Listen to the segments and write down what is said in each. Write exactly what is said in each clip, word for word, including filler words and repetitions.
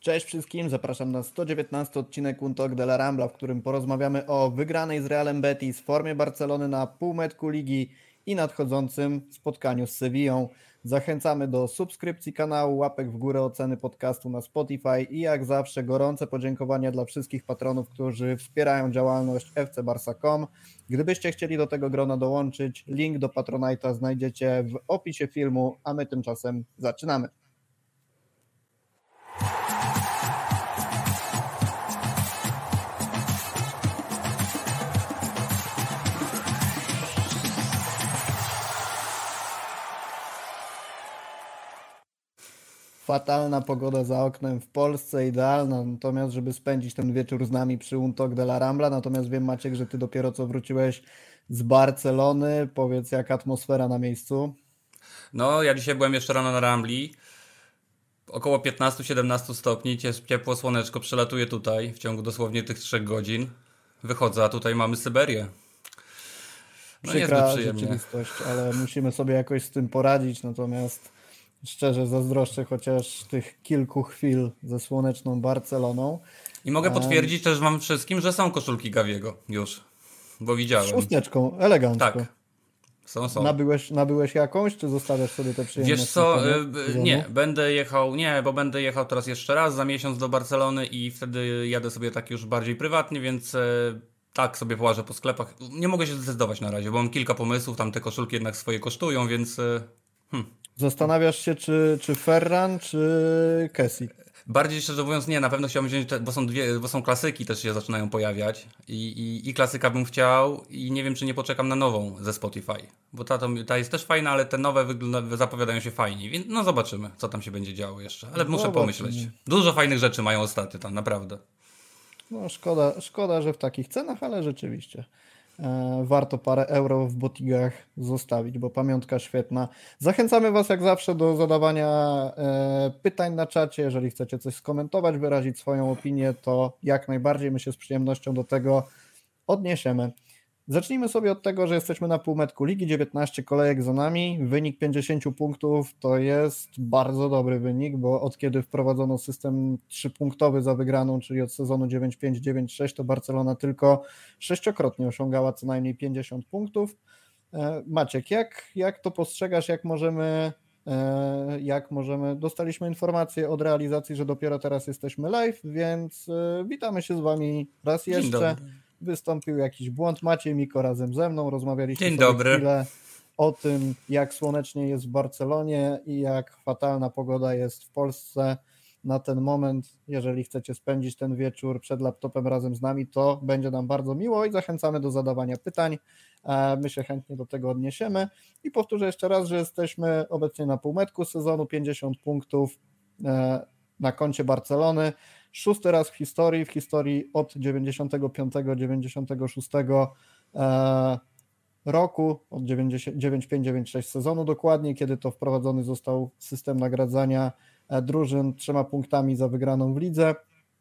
Cześć wszystkim, zapraszam na sto dziewiętnasty odcinek Un Talk de la Rambla, w którym porozmawiamy o wygranej z Realem Betis, formie Barcelony na półmetku ligi i nadchodzącym spotkaniu z Sevillą. Zachęcamy do subskrypcji kanału, łapek w górę, oceny podcastu na Spotify i jak zawsze gorące podziękowania dla wszystkich patronów, którzy wspierają działalność F C Barca kropka com. Gdybyście chcieli do tego grona dołączyć, link do Patronite'a znajdziecie w opisie filmu, a my tymczasem zaczynamy. Fatalna pogoda za oknem w Polsce, idealna, natomiast żeby spędzić ten wieczór z nami przy Un Talk de la Rambla, natomiast wiem, Maciek, że ty dopiero co wróciłeś z Barcelony, powiedz jak atmosfera na miejscu? No, ja dzisiaj byłem jeszcze rano na Rambli, około piętnaście siedemnaście stopni, ciepło słoneczko przelatuje tutaj w ciągu dosłownie tych trzech godzin, wychodzę, a tutaj mamy Syberię. No Przykra rzeczywistość, ale musimy sobie jakoś z tym poradzić, natomiast szczerze zazdroszczę chociaż tych kilku chwil ze słoneczną Barceloną. I mogę potwierdzić też wam wszystkim, że są koszulki Gaviego już, bo widziałem. Z szósteczką, elegancko. Tak, są, są. Nabyłeś, nabyłeś jakąś, czy zostawiasz sobie te przyjemności? Wiesz co, nie, będę jechał, nie, bo będę jechał teraz jeszcze raz za miesiąc do Barcelony i wtedy jadę sobie tak już bardziej prywatnie, więc tak sobie połażę po sklepach. Nie mogę się zdecydować na razie, bo mam kilka pomysłów, tam te koszulki jednak swoje kosztują, więc... Hmm. Zastanawiasz się, czy, czy Ferran, czy Kessie? Bardziej szczerze mówiąc nie, na pewno chciałbym wziąć, bo są dwie, bo są klasyki też się zaczynają pojawiać i, i, i klasyka bym chciał i nie wiem, czy nie poczekam na nową ze Spotify, bo ta, ta jest też fajna, ale te nowe wygląda, zapowiadają się fajnie, więc no zobaczymy, co tam się będzie działo jeszcze, ale muszę Zobaczymy. pomyśleć. Dużo fajnych rzeczy mają ostatnio tam, naprawdę. No szkoda, szkoda, że w takich cenach, ale rzeczywiście e, warto parę euro w botigach zostawić, bo pamiątka świetna. Zachęcamy Was jak zawsze do zadawania e, pytań na czacie. Jeżeli chcecie coś skomentować, wyrazić swoją opinię, to jak najbardziej my się z przyjemnością do tego odniesiemy. Zacznijmy sobie od tego, że jesteśmy na półmetku ligi, dziewiętnaście kolejek za nami, wynik pięćdziesiąt punktów to jest bardzo dobry wynik, bo od kiedy wprowadzono system trzypunktowy za wygraną, czyli od sezonu dziewięć pięć dziewięć sześć, to Barcelona tylko sześciokrotnie osiągała co najmniej pięćdziesiąt punktów. Maciek, jak, jak to postrzegasz, jak możemy, jak możemy, dostaliśmy informację od realizacji, że dopiero teraz jesteśmy live, więc witamy się z Wami raz jeszcze. Wystąpił jakiś błąd. Maciej Miko razem ze mną. Rozmawialiśmy Dzień sobie dobry. chwilę o tym, jak słonecznie jest w Barcelonie i jak fatalna pogoda jest w Polsce na ten moment. Jeżeli chcecie spędzić ten wieczór przed laptopem razem z nami, to będzie nam bardzo miło i zachęcamy do zadawania pytań. My się chętnie do tego odniesiemy. I powtórzę jeszcze raz, że jesteśmy obecnie na półmetku sezonu, pięćdziesiąt punktów na koncie Barcelony. Szósty raz w historii, w historii od dziewięćdziesiątego piątego dziewięćdziesiątego szóstego e, roku, od dziewięć pięć dziewięć sześć sezonu dokładnie, kiedy to wprowadzony został system nagradzania drużyn trzema punktami za wygraną w lidze.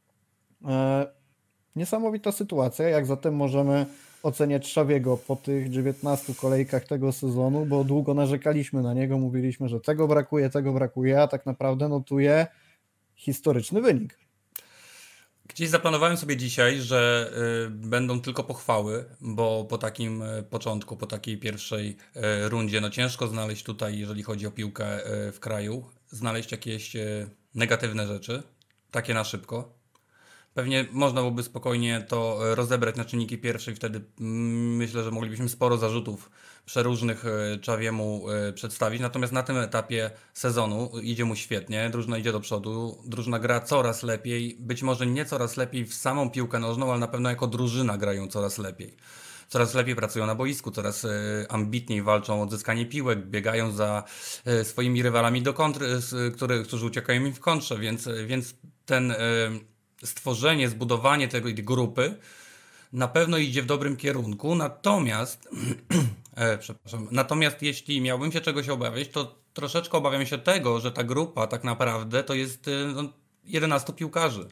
E, niesamowita sytuacja, jak zatem możemy oceniać Xaviego po tych dziewiętnastu kolejkach tego sezonu, bo długo narzekaliśmy na niego, mówiliśmy, że tego brakuje, tego brakuje, a tak naprawdę notuje historyczny wynik. Gdzieś zaplanowałem sobie dzisiaj, że y, będą tylko pochwały, bo po takim y, początku, po takiej pierwszej y, rundzie, no ciężko znaleźć tutaj, jeżeli chodzi o piłkę y, w kraju, znaleźć jakieś y, negatywne rzeczy, takie na szybko. Pewnie można byłoby spokojnie to rozebrać na czynniki pierwsze i wtedy mm, myślę, że moglibyśmy sporo zarzutów przeróżnych Xaviemu przedstawić. Natomiast na tym etapie sezonu idzie mu świetnie, drużyna idzie do przodu, drużyna gra coraz lepiej, być może nie coraz lepiej w samą piłkę nożną, ale na pewno jako drużyna grają coraz lepiej. Coraz lepiej pracują na boisku, coraz ambitniej walczą o odzyskanie piłek, biegają za swoimi rywalami do kontry, który, którzy uciekają im w kontrze, więc, więc ten stworzenie, zbudowanie tej grupy na pewno idzie w dobrym kierunku, natomiast e, przepraszam, natomiast jeśli miałbym się czegoś obawiać, to troszeczkę obawiam się tego, że ta grupa tak naprawdę to jest no, jedenastu piłkarzy.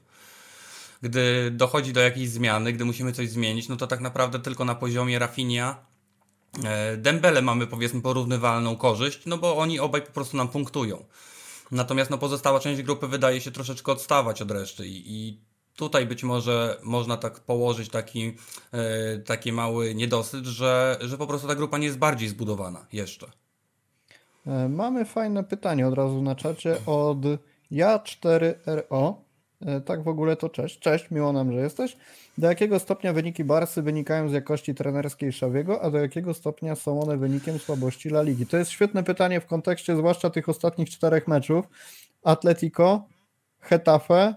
Gdy dochodzi do jakiejś zmiany, gdy musimy coś zmienić, no to tak naprawdę tylko na poziomie Rafinha, e, Dembele mamy powiedzmy porównywalną korzyść, no bo oni obaj po prostu nam punktują. Natomiast no, pozostała część grupy wydaje się troszeczkę odstawać od reszty i, i tutaj być może można tak położyć taki, e, taki mały niedosyt, że, że po prostu ta grupa nie jest bardziej zbudowana jeszcze. E, Mamy fajne pytanie od razu na czacie od ja cztery R O. E, Tak w ogóle to cześć. Cześć, miło nam, że jesteś. Do jakiego stopnia wyniki Barsy wynikają z jakości trenerskiej Xaviego, a do jakiego stopnia są one wynikiem słabości La Ligi? To jest świetne pytanie w kontekście zwłaszcza tych ostatnich czterech meczów. Atletico, Getafe,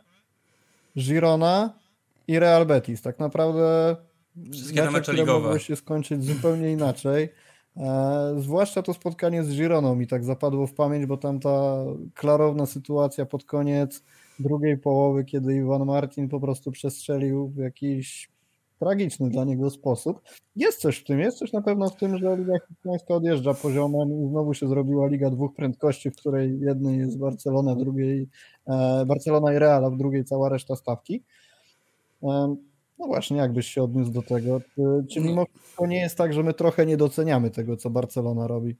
Girona i Real Betis. Tak naprawdę Wszystkie te mecze, mecze które ligowe. mogły się skończyć zupełnie inaczej. E, zwłaszcza to spotkanie z Gironą mi tak zapadło w pamięć, bo tam ta klarowna sytuacja pod koniec drugiej połowy, kiedy Iwan Martin po prostu przestrzelił w jakiś tragiczny dla niego sposób. Jest coś w tym, jest coś na pewno w tym, że Liga Hiszpańska odjeżdża poziomem i znowu się zrobiła Liga dwóch prędkości, w której jednej jest Barcelona, w drugiej e, Barcelona i Real, a w drugiej cała reszta stawki. E, no właśnie, jak byś się odniósł do tego? Czy, czy mimo wszystko nie jest tak, że my trochę nie doceniamy tego, co Barcelona robi?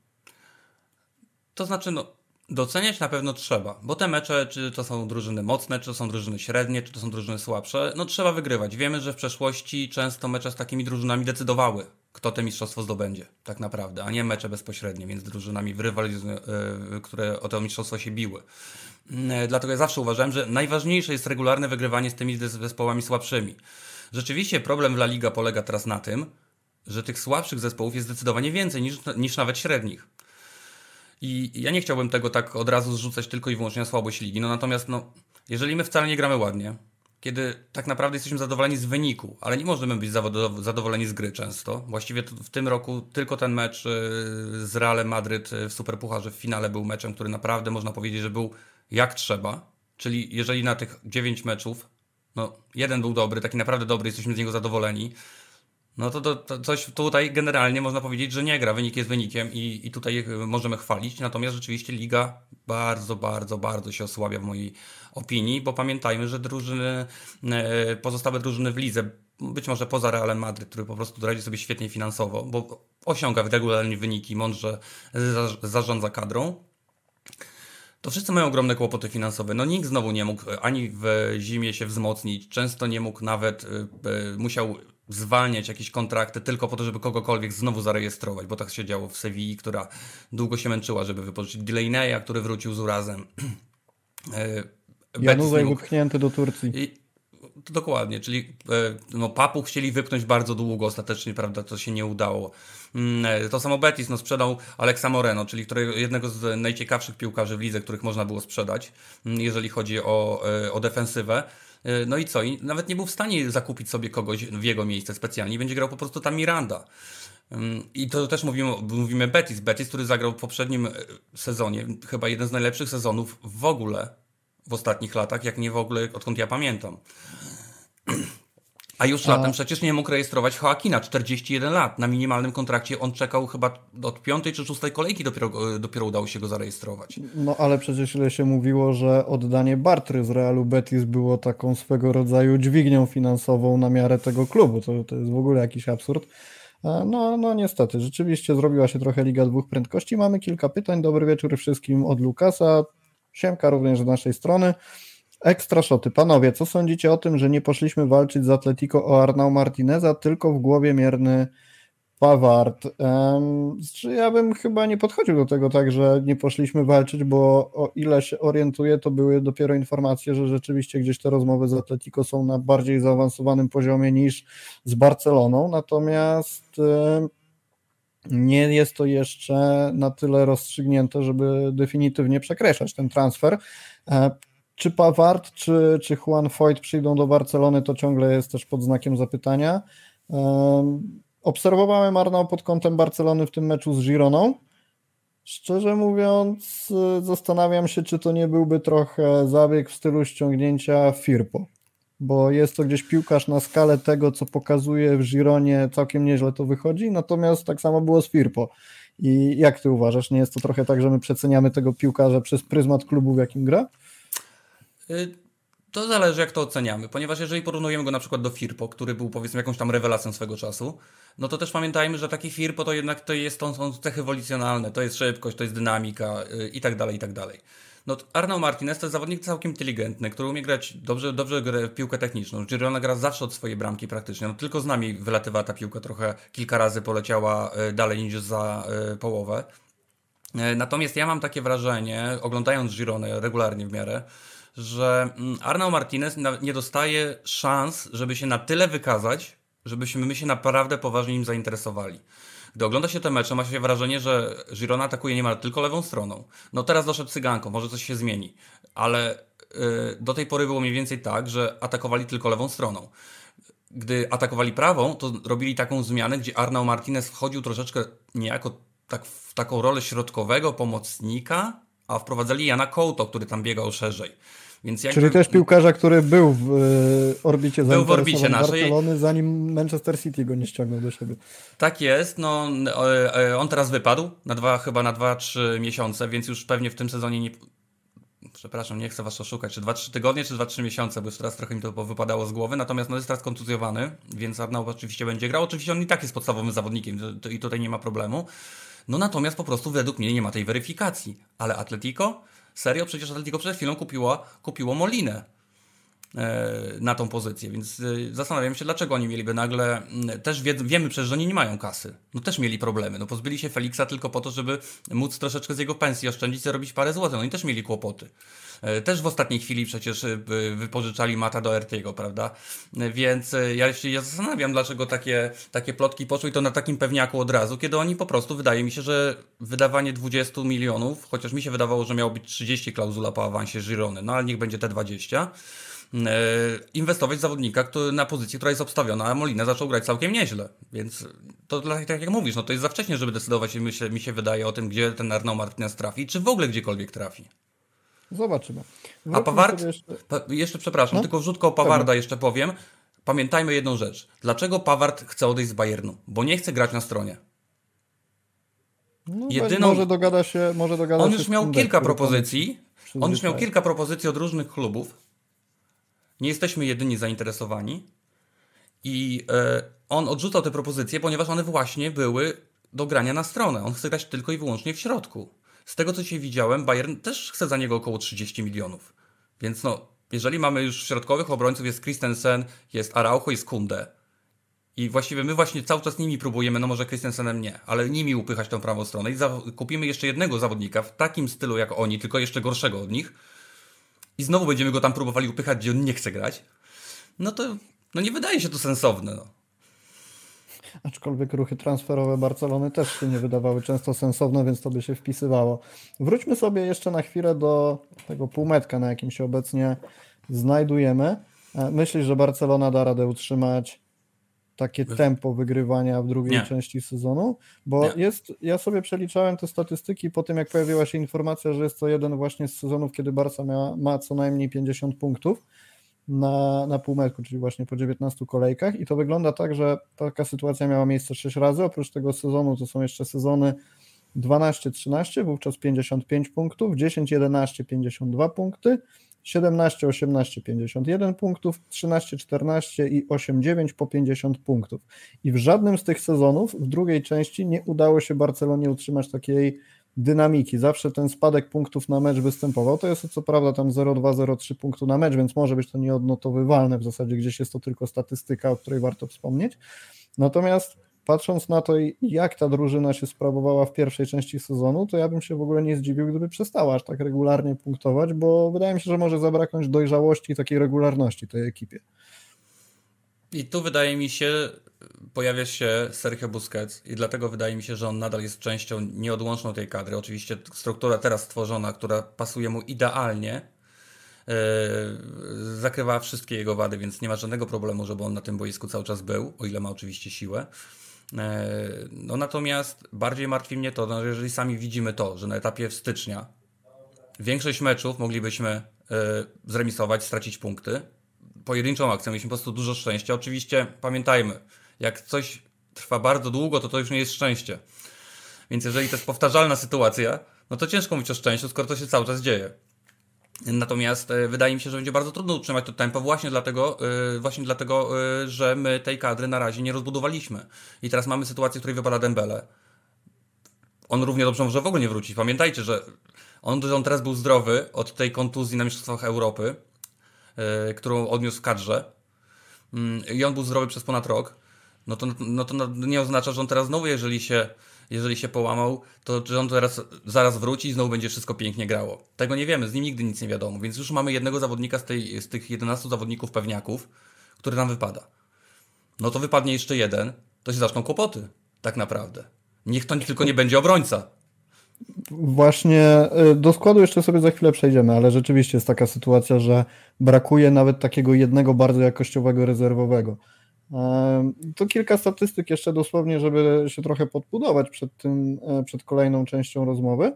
To znaczy, no, doceniać na pewno trzeba, bo te mecze, czy to są drużyny mocne, czy to są drużyny średnie, czy to są drużyny słabsze, no trzeba wygrywać. Wiemy, że w przeszłości często mecze z takimi drużynami decydowały, kto te mistrzostwo zdobędzie, tak naprawdę, a nie mecze bezpośrednie między drużynami, które o to mistrzostwo się biły. Dlatego ja zawsze uważałem, że najważniejsze jest regularne wygrywanie z tymi zespołami słabszymi. Rzeczywiście problem w La Liga polega teraz na tym, że tych słabszych zespołów jest zdecydowanie więcej niż, niż nawet średnich. I ja nie chciałbym tego tak od razu zrzucać tylko i wyłącznie na słabość ligi. No natomiast no, jeżeli my wcale nie gramy ładnie, kiedy tak naprawdę jesteśmy zadowoleni z wyniku, ale nie możemy być zadowoleni z gry często. Właściwie w tym roku tylko ten mecz z Realem Madryt w Superpucharze w finale był meczem, który naprawdę można powiedzieć, że był jak trzeba. Czyli jeżeli na tych dziewięć meczów, no jeden był dobry, taki naprawdę dobry, jesteśmy z niego zadowoleni, no to, to, to coś tutaj generalnie można powiedzieć, że nie gra. Wynik jest wynikiem i, i tutaj możemy chwalić. Natomiast rzeczywiście liga bardzo, bardzo, bardzo się osłabia w mojej opinii, bo pamiętajmy, że drużyny, pozostałe drużyny w lidze, być może poza Realem Madryt, który po prostu radzi sobie świetnie finansowo, bo osiąga regularnie wyniki, mądrze zarządza kadrą, to wszyscy mają ogromne kłopoty finansowe. No nikt znowu nie mógł ani w zimie się wzmocnić, często nie mógł nawet, musiał zwalniać jakieś kontrakty tylko po to, żeby kogokolwiek znowu zarejestrować, bo tak się działo w Sewilli, która długo się męczyła, żeby wypożyczyć Delaney'a, który wrócił z urazem. Januzaj wypchnięty do Turcji. I, dokładnie, czyli no, Papu chcieli wypchnąć bardzo długo, ostatecznie, prawda, to się nie udało. To samo Betis no, sprzedał Alexa Moreno, czyli którego, jednego z najciekawszych piłkarzy w lidze, których można było sprzedać, jeżeli chodzi o, o defensywę. No i co? I nawet nie był w stanie zakupić sobie kogoś w jego miejsce specjalnie. Będzie grał po prostu tam Miranda. I to też mówimy, mówimy Betis. Betis, który zagrał w poprzednim sezonie chyba jeden z najlepszych sezonów w ogóle w ostatnich latach, jak nie w ogóle odkąd ja pamiętam. A już latem przecież nie mógł rejestrować Joaquina, czterdzieści jeden lat, na minimalnym kontrakcie. On czekał chyba od piątej czy szóstej kolejki, dopiero, dopiero udało się go zarejestrować. No ale przecież ile się mówiło, że oddanie Bartry z Realu Betis było taką swego rodzaju dźwignią finansową na miarę tego klubu. To, to jest w ogóle jakiś absurd. No, no niestety, rzeczywiście zrobiła się trochę Liga Dwóch Prędkości. Mamy kilka pytań. Dobry wieczór wszystkim od Lukasa. Siemka również z naszej strony. Ekstra szoty. Panowie, co sądzicie o tym, że nie poszliśmy walczyć z Atletico o Arnau Martineza, tylko w głowie mierny Pavard? Um, ja bym chyba nie podchodził do tego tak, że nie poszliśmy walczyć, bo o ile się orientuję, to były dopiero informacje, że rzeczywiście gdzieś te rozmowy z Atletico są na bardziej zaawansowanym poziomie niż z Barceloną, natomiast um, nie jest to jeszcze na tyle rozstrzygnięte, żeby definitywnie przekreślać ten transfer. Czy Pavard, czy, czy Juan Foyth przyjdą do Barcelony, to ciągle jest też pod znakiem zapytania. Obserwowałem Arnau pod kątem Barcelony w tym meczu z Gironą. Szczerze mówiąc, zastanawiam się, czy to nie byłby trochę zabieg w stylu ściągnięcia Firpo, bo jest to gdzieś piłkarz na skalę tego, co pokazuje w Gironie, całkiem nieźle to wychodzi, natomiast tak samo było z Firpo. I jak ty uważasz, nie jest to trochę tak, że my przeceniamy tego piłkarza przez pryzmat klubu, w jakim gra? To zależy, jak to oceniamy, ponieważ jeżeli porównujemy go na przykład do Firpo, który był powiedzmy jakąś tam rewelacją swego czasu, no to też pamiętajmy, że taki Firpo to jednak to jest, to są cechy wolicjonalne, to jest szybkość, to jest dynamika i tak dalej, i tak dalej. No, Arnau Martinez to jest zawodnik całkiem inteligentny, który umie grać dobrze, dobrze gra w piłkę techniczną. Girona gra zawsze od swojej bramki praktycznie. No, tylko z nami wylatywała ta piłka trochę, kilka razy poleciała dalej niż za połowę. Natomiast ja mam takie wrażenie, oglądając Gironę regularnie w miarę, że Arnau Martinez nie dostaje szans, żeby się na tyle wykazać, żebyśmy my się naprawdę poważnie nim zainteresowali. Gdy ogląda się te mecze, ma się wrażenie, że Girona atakuje niemal tylko lewą stroną. No teraz doszedł Cyganko, może coś się zmieni, ale yy, do tej pory było mniej więcej tak, że atakowali tylko lewą stroną. Gdy atakowali prawą, to robili taką zmianę, gdzie Arnau Martinez wchodził troszeczkę niejako tak w taką rolę środkowego pomocnika, a wprowadzali Jana Couto, który tam biegał szerzej. Więc jakby... Czyli też piłkarza, który był w y, orbicie był w orbicie naszej Barcelony, zanim Manchester City go nie ściągnął do siebie. Tak jest, no on teraz wypadł na dwa, chyba na dwa trzy miesiące, więc już pewnie w tym sezonie nie... Przepraszam, nie chcę was oszukać, czy dwa trzy tygodnie, czy dwa trzy miesiące, bo już teraz trochę mi to wypadało z głowy, natomiast no jest teraz kontuzjowany, więc Arnau oczywiście będzie grał. Oczywiście on i tak jest podstawowym zawodnikiem to, to, i tutaj nie ma problemu. No natomiast po prostu według mnie nie ma tej weryfikacji. Ale Atletico? Serio? Przecież Atletico przed chwilą kupiło, kupiło Molinę e, na tą pozycję, więc e, zastanawiam się, dlaczego oni mieliby nagle, m, też wie, wiemy przecież, że oni nie mają kasy. No też mieli problemy. No pozbyli się Felixa tylko po to, żeby móc troszeczkę z jego pensji oszczędzić, zarobić parę złotych. No oni też mieli kłopoty. Też w ostatniej chwili przecież wypożyczali Mata do Ertiego, prawda? Więc ja się ja zastanawiam, dlaczego takie, takie plotki poszły i to na takim pewniaku od razu, kiedy oni po prostu, wydaje mi się, że wydawanie dwadzieścia milionów, chociaż mi się wydawało, że miało być trzydzieści klauzula po awansie Girony, no ale niech będzie te dwadzieścia, inwestować w zawodnika który, na pozycji, która jest obstawiona, a Molina zaczął grać całkiem nieźle, więc to tak jak mówisz, no to jest za wcześnie, żeby decydować, mi się, mi się wydaje, o tym, gdzie ten Arnau Martinez trafi, czy w ogóle gdziekolwiek trafi. Zobaczymy. Wróćmy A Paward? Jeszcze... Pa, jeszcze przepraszam, no? Tylko wrzutko o Pawarda Pewnie. jeszcze powiem. Pamiętajmy jedną rzecz. Dlaczego Paward chce odejść z Bayernu? Bo nie chce grać na stronie. No, Jedyną... Może dogada się może dogada On się już miał kilka propozycji. On już miał kilka propozycji od różnych klubów. Nie jesteśmy jedyni zainteresowani. I e, on odrzucał te propozycje, ponieważ one właśnie były do grania na stronę. On chce grać tylko i wyłącznie w środku. Z tego, co dzisiaj widziałem, Bayern też chce za niego około trzydzieści milionów. Więc no, jeżeli mamy już środkowych obrońców, jest Christensen, jest Araujo, jest Kunde. I właściwie my właśnie cały czas nimi próbujemy, no może Christensenem nie, ale nimi upychać tą prawą stronę i kupimy jeszcze jednego zawodnika w takim stylu jak oni, tylko jeszcze gorszego od nich. I znowu będziemy go tam próbowali upychać, gdzie on nie chce grać. No to no nie wydaje się to sensowne, no. Aczkolwiek ruchy transferowe Barcelony też się nie wydawały często sensowne, więc to by się wpisywało. Wróćmy sobie jeszcze na chwilę do tego półmetka, na jakim się obecnie znajdujemy. Myślisz, że Barcelona da radę utrzymać takie tempo wygrywania w drugiej nie. części sezonu? Bo nie. jest, ja sobie przeliczałem te statystyki po tym, jak pojawiła się informacja, że jest to jeden właśnie z sezonów, kiedy Barca ma, ma co najmniej pięćdziesiąt punktów na, na półmetku, czyli właśnie po dziewiętnastu kolejkach i to wygląda tak, że taka sytuacja miała miejsce sześć razy, oprócz tego sezonu to są jeszcze sezony dwanaście trzynaście, wówczas pięćdziesiąt pięć punktów, dziesięć jedenaście pięćdziesiąt dwa punkty, siedemnaście osiemnaście pięćdziesiąt jeden punktów, trzynaście czternaście i osiem dziewięć po pięćdziesiąt punktów. I w żadnym z tych sezonów w drugiej części nie udało się Barcelonie utrzymać takiej dynamiki. Zawsze ten spadek punktów na mecz występował. To jest co prawda tam zero przecinek dwa zero trzy punktu na mecz, więc może być to nieodnotowywalne. W zasadzie gdzieś jest to tylko statystyka, o której warto wspomnieć. Natomiast patrząc na to, jak ta drużyna się sprawowała w pierwszej części sezonu, to ja bym się w ogóle nie zdziwił, gdyby przestała aż tak regularnie punktować, bo wydaje mi się, że może zabraknąć dojrzałości i takiej regularności tej ekipie. I tu wydaje mi się, pojawia się Sergio Busquets i dlatego wydaje mi się, że on nadal jest częścią nieodłączną tej kadry. Oczywiście struktura teraz stworzona, która pasuje mu idealnie, yy, zakrywa wszystkie jego wady, więc nie ma żadnego problemu, żeby on na tym boisku cały czas był, o ile ma oczywiście siłę. Yy, no natomiast bardziej martwi mnie to, no, jeżeli sami widzimy to, że na etapie stycznia większość meczów moglibyśmy yy, zremisować, stracić punkty. Pojedynczą akcją, mieliśmy po prostu dużo szczęścia. Oczywiście pamiętajmy, jak coś trwa bardzo długo, to to już nie jest szczęście. Więc jeżeli to jest powtarzalna sytuacja, no to ciężko mówić o szczęściu, skoro to się cały czas dzieje. Natomiast y, wydaje mi się, że będzie bardzo trudno utrzymać to tempo właśnie dlatego, y, właśnie dlatego y, że my tej kadry na razie nie rozbudowaliśmy. I teraz mamy sytuację, w której wypada Dembele. On równie dobrze może w ogóle nie wrócić. Pamiętajcie, że On, że on teraz był zdrowy od tej kontuzji na Mistrzostwach Europy, yy, którą odniósł w kadrze, yy, i on był zdrowy przez ponad rok, no to, no to nie oznacza, że on teraz znowu, jeżeli się, jeżeli się połamał, to że on teraz zaraz wróci i znowu będzie wszystko pięknie grało. Tego nie wiemy, z nim nigdy nic nie wiadomo, więc już mamy jednego zawodnika z, tej, z tych jedenastu zawodników pewniaków, który nam wypada. No to wypadnie jeszcze jeden, to się zaczną kłopoty, tak naprawdę. Niech to tylko nie będzie obrońca. Właśnie do składu jeszcze sobie za chwilę przejdziemy, ale rzeczywiście jest taka sytuacja, że brakuje nawet takiego jednego bardzo jakościowego rezerwowego. To kilka statystyk jeszcze dosłownie, żeby się trochę podbudować przed tym, przed kolejną częścią rozmowy.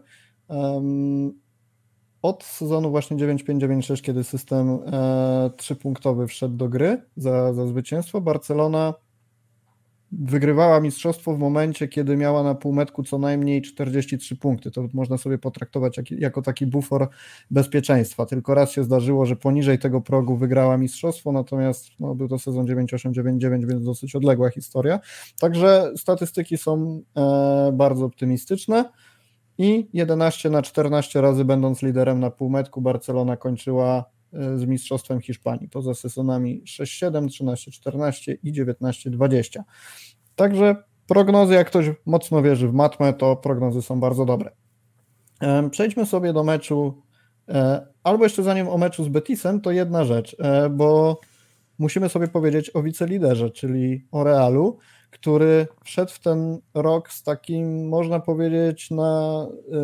Od sezonu właśnie dziewięć pięć dziewięć sześć, kiedy system trzypunktowy wszedł do gry za, za zwycięstwo, Barcelona wygrywała mistrzostwo w momencie, kiedy miała na półmetku co najmniej czterdzieści trzy punkty. To można sobie potraktować jak, jako taki bufor bezpieczeństwa. Tylko raz się zdarzyło, że poniżej tego progu wygrała mistrzostwo, natomiast no, był to sezon dziewięć osiem dziewięć dziewięć, więc dosyć odległa historia. Także statystyki są e, bardzo optymistyczne i jedenaście na czternaście razy będąc liderem na półmetku Barcelona kończyła z mistrzostwem Hiszpanii. To za sezonami sześć siedem, trzynaście czternaście i dziewiętnaście dwadzieścia. Także prognozy, jak ktoś mocno wierzy w matmę, to prognozy są bardzo dobre. Przejdźmy sobie do meczu, albo jeszcze zanim o meczu z Betisem, to jedna rzecz, bo musimy sobie powiedzieć o wiceliderze, czyli o Realu, który wszedł w ten rok z takim, można powiedzieć, na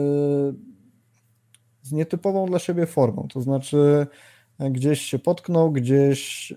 z nietypową dla siebie formą, to znaczy gdzieś się potknął, gdzieś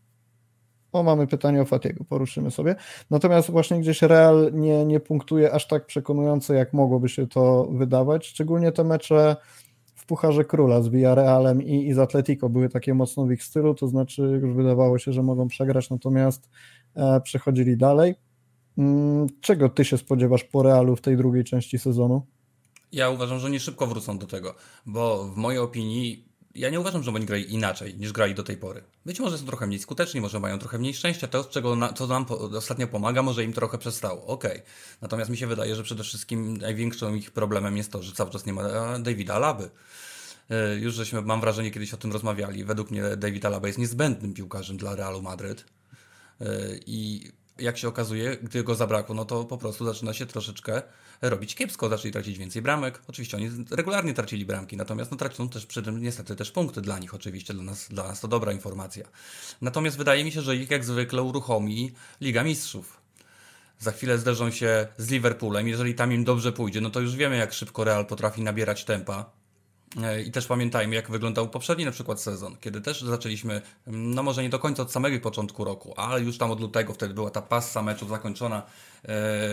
o, mamy pytanie o Fatiego, poruszymy sobie, natomiast właśnie gdzieś Real nie, nie punktuje aż tak przekonująco, jak mogłoby się to wydawać, szczególnie te mecze w Pucharze Króla z Villarrealem i, i z Atletico były takie mocno w ich stylu, to znaczy już wydawało się, że mogą przegrać, natomiast e, przechodzili dalej. Czego ty się spodziewasz po Realu w tej drugiej części sezonu? Ja uważam, że oni szybko wrócą do tego, bo w mojej opinii ja nie uważam, że oni grali inaczej niż grali do tej pory. Być może są trochę mniej skuteczni, może mają trochę mniej szczęścia, to czego na, co nam po, ostatnio pomaga, może im trochę przestało, okej. Okay. Natomiast mi się wydaje, że przede wszystkim największym ich problemem jest to, że cały czas nie ma Davida Alaby. Yy, już żeśmy, mam wrażenie, kiedyś o tym rozmawiali. Według mnie David Alaba jest niezbędnym piłkarzem dla Realu Madryt yy, i jak się okazuje, gdy go zabrakło, no to po prostu zaczyna się troszeczkę robić kiepsko, zaczęli tracić więcej bramek. Oczywiście oni regularnie tracili bramki, natomiast no, tracą też przy tym niestety też punkty dla nich oczywiście, dla nas, dla nas to dobra informacja. Natomiast wydaje mi się, że ich jak zwykle uruchomi Liga Mistrzów. Za chwilę zderzą się z Liverpoolem, jeżeli tam im dobrze pójdzie, no to już wiemy, jak szybko Real potrafi nabierać tempa. I też pamiętajmy, jak wyglądał poprzedni na przykład sezon, kiedy też zaczęliśmy, no może nie do końca od samego początku roku, ale już tam od lutego wtedy była ta passa meczów zakończona e,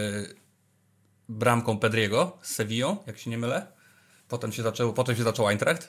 bramką Pedriego z Sevillą, jak się nie mylę. Potem się zaczęło, potem się zaczął Eintracht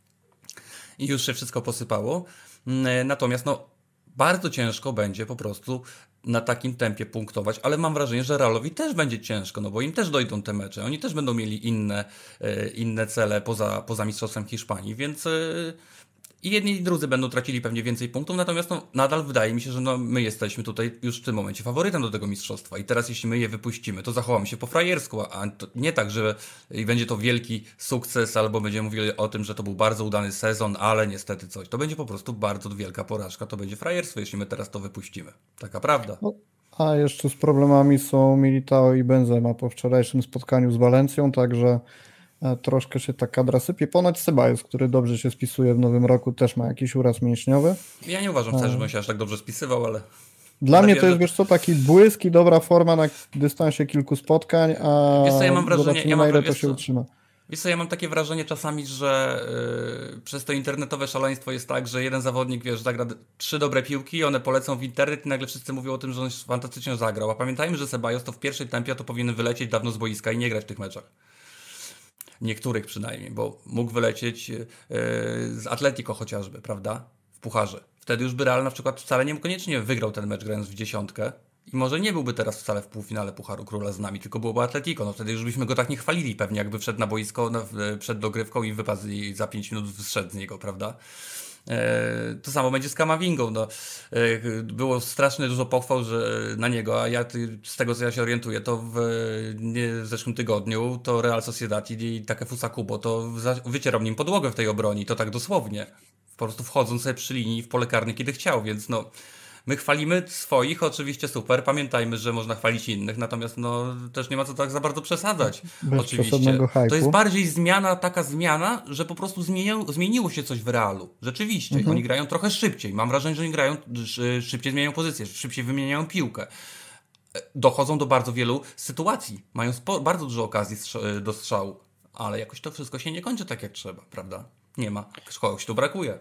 i już się wszystko posypało. Natomiast no bardzo ciężko będzie po prostu na takim tempie punktować, ale mam wrażenie, że Realowi też będzie ciężko, no bo im też dojdą te mecze, oni też będą mieli inne, inne cele poza, poza Mistrzostwem Hiszpanii, więc i jedni i drudzy będą tracili pewnie więcej punktów, natomiast no, nadal wydaje mi się, że no, my jesteśmy tutaj już w tym momencie faworytem do tego mistrzostwa i teraz jeśli my je wypuścimy, to zachowamy się po frajersku, a to nie tak, że będzie to wielki sukces albo będziemy mówili o tym, że to był bardzo udany sezon, ale niestety coś. To będzie po prostu bardzo wielka porażka, to będzie frajerstwo, jeśli my teraz to wypuścimy. Taka prawda. No, a jeszcze z problemami są Militao i Benzema po wczorajszym spotkaniu z Walencją, także troszkę się ta kadra sypie. Ponoć Ceballos, który dobrze się spisuje w nowym roku, też ma jakiś uraz mięśniowy. Ja nie uważam wcale, żebym się aż tak dobrze spisywał, ale... Dla mnie to jest, wiesz co, taki błysk i dobra forma na dystansie kilku spotkań, a wiesz co, ja mam wrażenie, ja mam, na ile to wiesz się co, utrzyma. Wiesz co, ja mam takie wrażenie czasami, że yy, przez to internetowe szaleństwo jest tak, że jeden zawodnik, wiesz, zagra trzy dobre piłki, one polecą w internet i nagle wszyscy mówią o tym, że on fantastycznie zagrał. A pamiętajmy, że Ceballos to w pierwszej tempie to powinien wylecieć dawno z boiska i nie grać w tych meczach. Niektórych przynajmniej, bo mógł wylecieć yy, z Atletico chociażby, prawda? W pucharze. Wtedy już by Real na przykład wcale niekoniecznie wygrał ten mecz grając w dziesiątkę i może nie byłby teraz wcale w półfinale Pucharu Króla z nami, tylko byłoby Atletico. No wtedy już byśmy go tak nie chwalili pewnie, jakby wszedł na boisko no, przed dogrywką i wypadł i za pięć minut zszedł z niego, prawda? To samo będzie z Kamawingą. No. Było strasznie dużo pochwał że na niego, a ja z tego co ja się orientuję, to w, nie, w zeszłym tygodniu to Real Sociedad i Takefusa Kubo to wycierał nim podłogę w tej obronie, to tak dosłownie. Po prostu wchodząc sobie przy linii w pole karne kiedy chciał, więc no my chwalimy swoich, oczywiście super, pamiętajmy, że można chwalić innych, natomiast no też nie ma co tak za bardzo przesadzać. Bez oczywiście. Hype'u. To jest bardziej zmiana, taka zmiana, że po prostu zmieniło, zmieniło się coś w Realu. Rzeczywiście. Mhm. Oni grają trochę szybciej. Mam wrażenie, że oni grają szybciej, zmieniają pozycję, szybciej wymieniają piłkę. Dochodzą do bardzo wielu sytuacji. Mają spo, bardzo dużo okazji do strzału, ale jakoś to wszystko się nie kończy tak jak trzeba, prawda? Nie ma. Kogoś tu brakuje.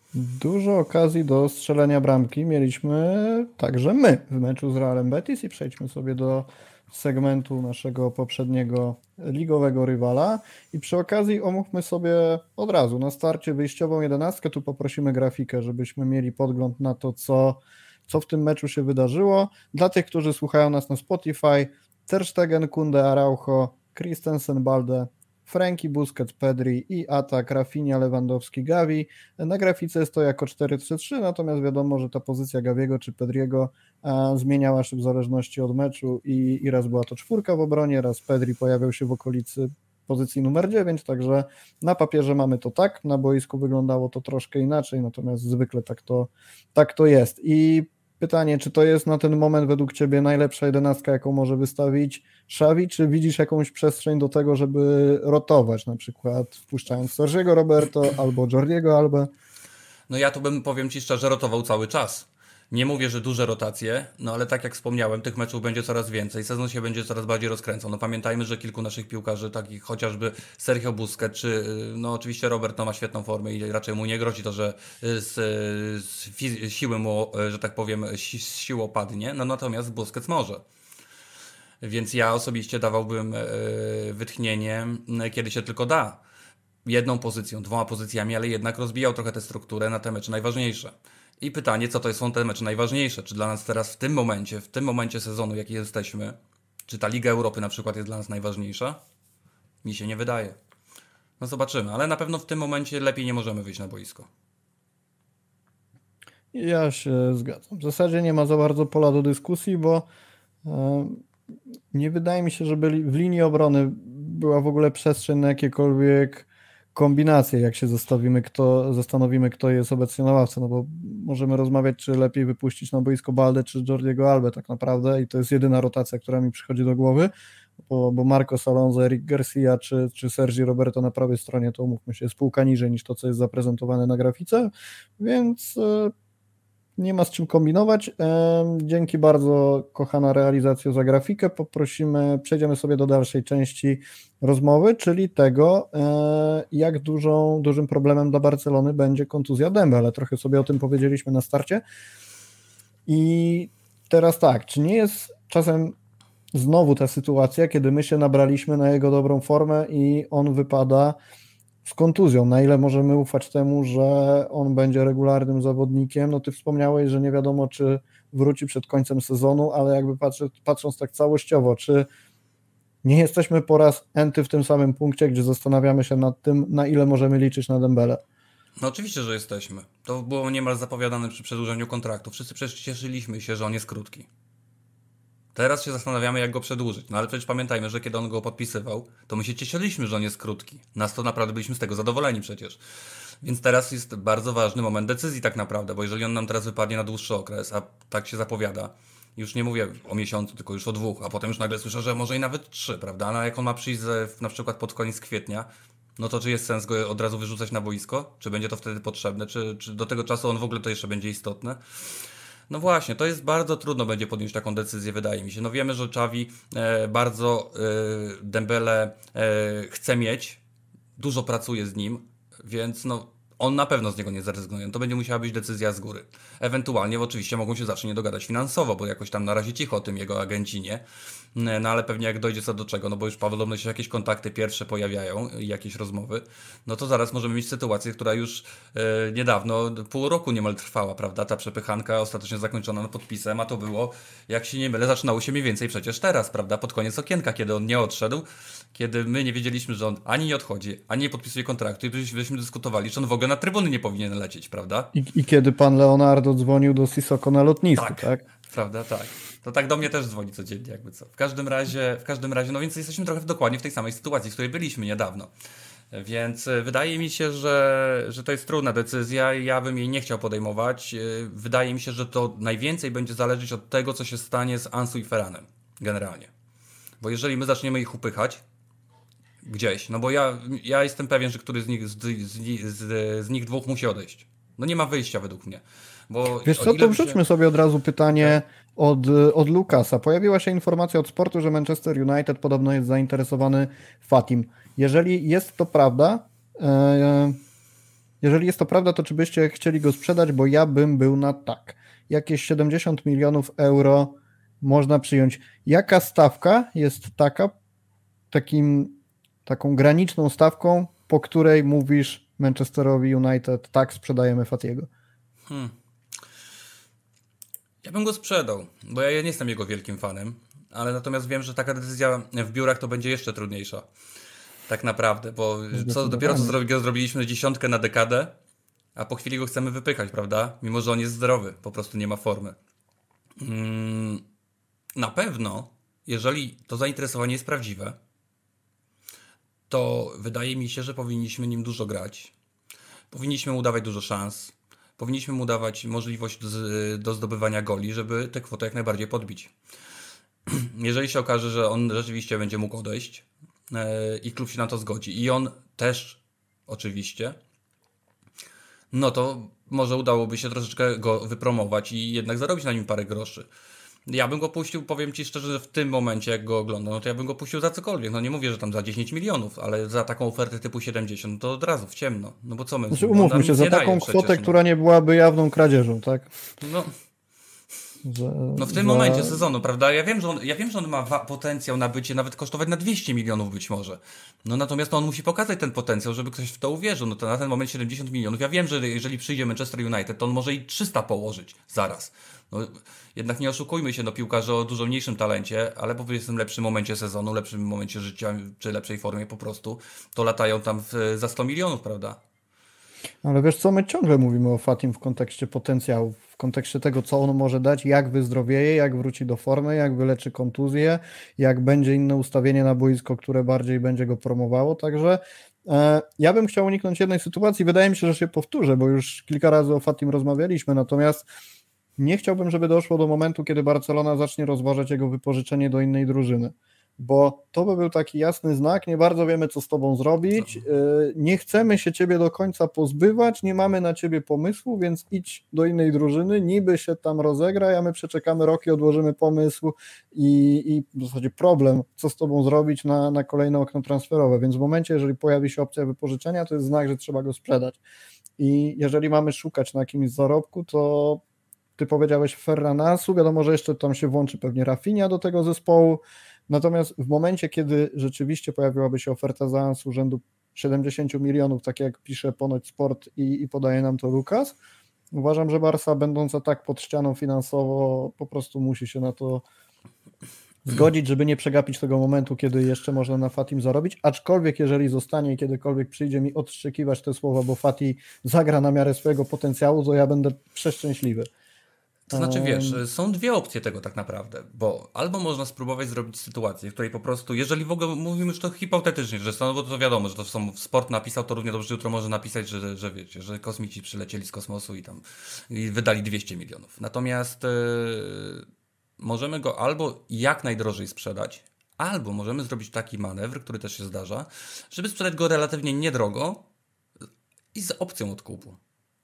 Dużo okazji do strzelenia bramki mieliśmy także my w meczu z Realem Betis i przejdźmy sobie do segmentu naszego poprzedniego ligowego rywala i przy okazji omówmy sobie od razu na starcie wyjściową jedenastkę, tu poprosimy grafikę, żebyśmy mieli podgląd na to, co, co w tym meczu się wydarzyło. Dla tych, którzy słuchają nas na Spotify, Ter Stegen, Kunde, Araujo, Christensen, Balde, Frenkie, Busquets, Pedri i atak Rafinha, Lewandowski, Gavi. Na grafice jest to jako cztery trzy trzy, natomiast wiadomo, że ta pozycja Gaviego czy Pedriego a, zmieniała się w zależności od meczu i, i raz była to czwórka w obronie, raz Pedri pojawiał się w okolicy pozycji numer dziewięć, także na papierze mamy to tak, na boisku wyglądało to troszkę inaczej, natomiast zwykle tak to, tak to jest. I pytanie, czy to jest na ten moment według Ciebie najlepsza jedenastka, jaką może wystawić Xavi, czy widzisz jakąś przestrzeń do tego, żeby rotować, na przykład wpuszczając Sergiego Roberto albo Jordiego Albę? No ja tu bym, powiem Ci szczerze, rotował cały czas. Nie mówię, że duże rotacje, no ale tak jak wspomniałem, tych meczów będzie coraz więcej, sezon się będzie coraz bardziej rozkręcał. No pamiętajmy, że kilku naszych piłkarzy, takich chociażby Sergio Busquets, czy no oczywiście Robert no, ma świetną formę i raczej mu nie grozi to, że z, z siły mu, że tak powiem, si, siłą padnie, no natomiast Busquets może. Więc ja osobiście dawałbym wytchnienie, kiedy się tylko da. Jedną pozycją, dwoma pozycjami, ale jednak rozbijał trochę tę strukturę na te mecze najważniejsze. I pytanie, co to są te mecze najważniejsze? Czy dla nas teraz w tym momencie, w tym momencie sezonu, jaki jesteśmy, czy ta Liga Europy na przykład jest dla nas najważniejsza? Mi się nie wydaje. No zobaczymy, ale na pewno w tym momencie lepiej nie możemy wyjść na boisko. Ja się zgadzam. W zasadzie nie ma za bardzo pola do dyskusji, bo e, nie wydaje mi się, żeby w linii obrony była w ogóle przestrzeń na jakiekolwiek kombinacje, jak się zastanowimy kto, zastanowimy, kto jest obecnie na ławce, no bo możemy rozmawiać, czy lepiej wypuścić na boisko Baldę, czy Jordiego Albę tak naprawdę i to jest jedyna rotacja, która mi przychodzi do głowy, bo, bo Marcos Alonso, Eric Garcia, czy, czy Sergi Roberto na prawej stronie, to umówmy się, jest półka niżej niż to, co jest zaprezentowane na grafice, więc nie ma z czym kombinować. Dzięki bardzo, kochana realizacja, za grafikę. Poprosimy, przejdziemy sobie do dalszej części rozmowy, czyli tego, jak dużą, dużym problemem dla Barcelony będzie kontuzja Dembele. Trochę sobie o tym powiedzieliśmy na starcie. I teraz tak, czy nie jest czasem znowu ta sytuacja, kiedy my się nabraliśmy na jego dobrą formę i on wypada z kontuzją, na ile możemy ufać temu, że on będzie regularnym zawodnikiem? No ty wspomniałeś, że nie wiadomo, czy wróci przed końcem sezonu, ale jakby patrzy, patrząc tak całościowo, czy nie jesteśmy po raz enty w tym samym punkcie, gdzie zastanawiamy się nad tym, na ile możemy liczyć na Dembele? No oczywiście, że jesteśmy. To było niemal zapowiadane przy przedłużeniu kontraktu. Wszyscy przecież cieszyliśmy się, że on jest krótki. Teraz się zastanawiamy, jak go przedłużyć. No ale przecież pamiętajmy, że kiedy on go podpisywał, to my się cieszyliśmy, że on jest krótki. Nas to naprawdę byliśmy z tego zadowoleni przecież. Więc teraz jest bardzo ważny moment decyzji tak naprawdę, bo jeżeli on nam teraz wypadnie na dłuższy okres, a tak się zapowiada, już nie mówię o miesiącu, tylko już o dwóch, a potem już nagle słyszę, że może i nawet trzy, prawda? No jak on ma przyjść na przykład pod koniec kwietnia, no to czy jest sens go od razu wyrzucać na boisko? Czy będzie to wtedy potrzebne? Czy, czy do tego czasu on w ogóle to jeszcze będzie istotne? No właśnie, to jest bardzo trudno będzie podjąć taką decyzję, wydaje mi się. No wiemy, że Xavi e, bardzo e, Dembele e, chce mieć, dużo pracuje z nim, więc no on na pewno z niego nie zrezygnuje. To będzie musiała być decyzja z góry. Ewentualnie oczywiście mogą się zawsze nie dogadać finansowo, bo jakoś tam na razie cicho o tym jego agenci nie. No ale pewnie jak dojdzie co do czego, no bo już podobno się jakieś kontakty pierwsze pojawiają i jakieś rozmowy, no to zaraz możemy mieć sytuację, która już e, niedawno, pół roku niemal trwała, prawda? Ta przepychanka ostatecznie zakończona podpisem, a to było, jak się nie mylę, zaczynało się mniej więcej przecież teraz, prawda? Pod koniec okienka, kiedy on nie odszedł, kiedy my nie wiedzieliśmy, że on ani nie odchodzi, ani nie podpisuje kontraktu i byśmy dyskutowali, czy on w ogóle na trybuny nie powinien lecieć, prawda? I, i kiedy pan Leonardo dzwonił do Sissoko na lotnisku, tak? tak? Prawda, tak. To tak do mnie też dzwoni codziennie, jakby co. W każdym razie, w każdym razie, no więc jesteśmy trochę dokładnie w tej samej sytuacji, w której byliśmy niedawno. Więc wydaje mi się, że, że to jest trudna decyzja i ja bym jej nie chciał podejmować. Wydaje mi się, że to najwięcej będzie zależeć od tego, co się stanie z Ansu i Ferranem, generalnie. Bo jeżeli my zaczniemy ich upychać gdzieś, no bo ja, ja jestem pewien, że któryś z nich, z, z, z, z nich dwóch musi odejść. No nie ma wyjścia według mnie. Bo Wiesz co, to wrzućmy się... sobie od razu pytanie tak? od, od Lukasa. Pojawiła się informacja od sportu, że Manchester United podobno jest zainteresowany Fatim. Jeżeli jest to prawda, e, jeżeli jest to prawda, to czy byście chcieli go sprzedać, bo ja bym był na tak. Jakieś siedemdziesiąt milionów euro można przyjąć. Jaka stawka jest taka, takim, taką graniczną stawką, po której mówisz Manchesterowi United, tak, sprzedajemy Fatiego? Hmm. Ja bym go sprzedał, bo ja nie jestem jego wielkim fanem, ale natomiast wiem, że taka decyzja w biurach to będzie jeszcze trudniejsza. Tak naprawdę, bo co, dopiero co zrobi, zrobiliśmy dziesiątkę na dekadę, a po chwili go chcemy wypychać, prawda? Mimo, że on jest zdrowy, po prostu nie ma formy. Hmm. Na pewno, jeżeli to zainteresowanie jest prawdziwe, to wydaje mi się, że powinniśmy nim dużo grać. Powinniśmy mu dawać dużo szans. Powinniśmy mu dawać możliwość do, do zdobywania goli, żeby tę kwotę jak najbardziej podbić. Jeżeli się okaże, że on rzeczywiście będzie mógł odejść yy, i klub się na to zgodzi i on też oczywiście, no to może udałoby się troszeczkę go wypromować i jednak zarobić na nim parę groszy. Ja bym go puścił, powiem ci szczerze, że w tym momencie jak go oglądam, no to ja bym go puścił za cokolwiek. No nie mówię, że tam za dziesięć milionów, ale za taką ofertę typu siedemdziesiąt to od razu w ciemno. No bo co my... Znaczy, umówmy się, za taką kwotę, przecież, która no. nie byłaby jawną kradzieżą, tak? No... Za, no w tym za... momencie sezonu, prawda? Ja wiem, że on, ja wiem, że on ma potencjał na bycie, nawet kosztować na dwieście milionów być może. No natomiast no, on musi pokazać ten potencjał, żeby ktoś w to uwierzył. No to na ten moment siedemdziesiąt milionów. Ja wiem, że jeżeli przyjdzie Manchester United, to on może i trzysta położyć zaraz. No, jednak nie oszukujmy się, no piłkarze o dużo mniejszym talencie, ale po prostu w lepszym momencie sezonu, lepszym momencie życia, czy lepszej formie po prostu, to latają tam w, za sto milionów, prawda? Ale wiesz co, my ciągle mówimy o Fatim w kontekście potencjału, w kontekście tego, co on może dać, jak wyzdrowieje, jak wróci do formy, jak wyleczy kontuzję, jak będzie inne ustawienie na boisko, które bardziej będzie go promowało, także e, ja bym chciał uniknąć jednej sytuacji, wydaje mi się, że się powtórzę, bo już kilka razy o Fatim rozmawialiśmy, natomiast nie chciałbym, żeby doszło do momentu, kiedy Barcelona zacznie rozważać jego wypożyczenie do innej drużyny, bo to by był taki jasny znak, nie bardzo wiemy, co z tobą zrobić, nie chcemy się ciebie do końca pozbywać, nie mamy na ciebie pomysłu, więc idź do innej drużyny, niby się tam rozegraj, a my przeczekamy rok i odłożymy pomysł i, i w zasadzie problem, co z tobą zrobić na, na kolejne okno transferowe, więc w momencie, jeżeli pojawi się opcja wypożyczenia, to jest znak, że trzeba go sprzedać i jeżeli mamy szukać na jakimś zarobku, to ty powiedziałeś Ferran Ansu, wiadomo, że jeszcze tam się włączy pewnie Rafinha do tego zespołu, natomiast w momencie, kiedy rzeczywiście pojawiłaby się oferta za Ansu rzędu siedemdziesiąt milionów, tak jak pisze ponoć Sport i, i podaje nam to Lukas, uważam, że Barca, będąca tak pod ścianą finansowo, po prostu musi się na to zgodzić, żeby nie przegapić tego momentu, kiedy jeszcze można na Fatim zarobić, aczkolwiek jeżeli zostanie i kiedykolwiek przyjdzie mi odszczekiwać te słowa, bo Fati zagra na miarę swojego potencjału, to ja będę przeszczęśliwy. To znaczy, wiesz, są dwie opcje tego tak naprawdę, bo albo można spróbować zrobić sytuację, w której po prostu, jeżeli w ogóle mówimy już to hipotetycznie, że są, bo to wiadomo, że to są, Sport napisał, to równie dobrze jutro może napisać, że, że wiecie, że kosmici przylecieli z kosmosu i tam i wydali dwieście milionów. Natomiast yy, możemy go albo jak najdrożej sprzedać, albo możemy zrobić taki manewr, który też się zdarza, żeby sprzedać go relatywnie niedrogo i z opcją odkupu.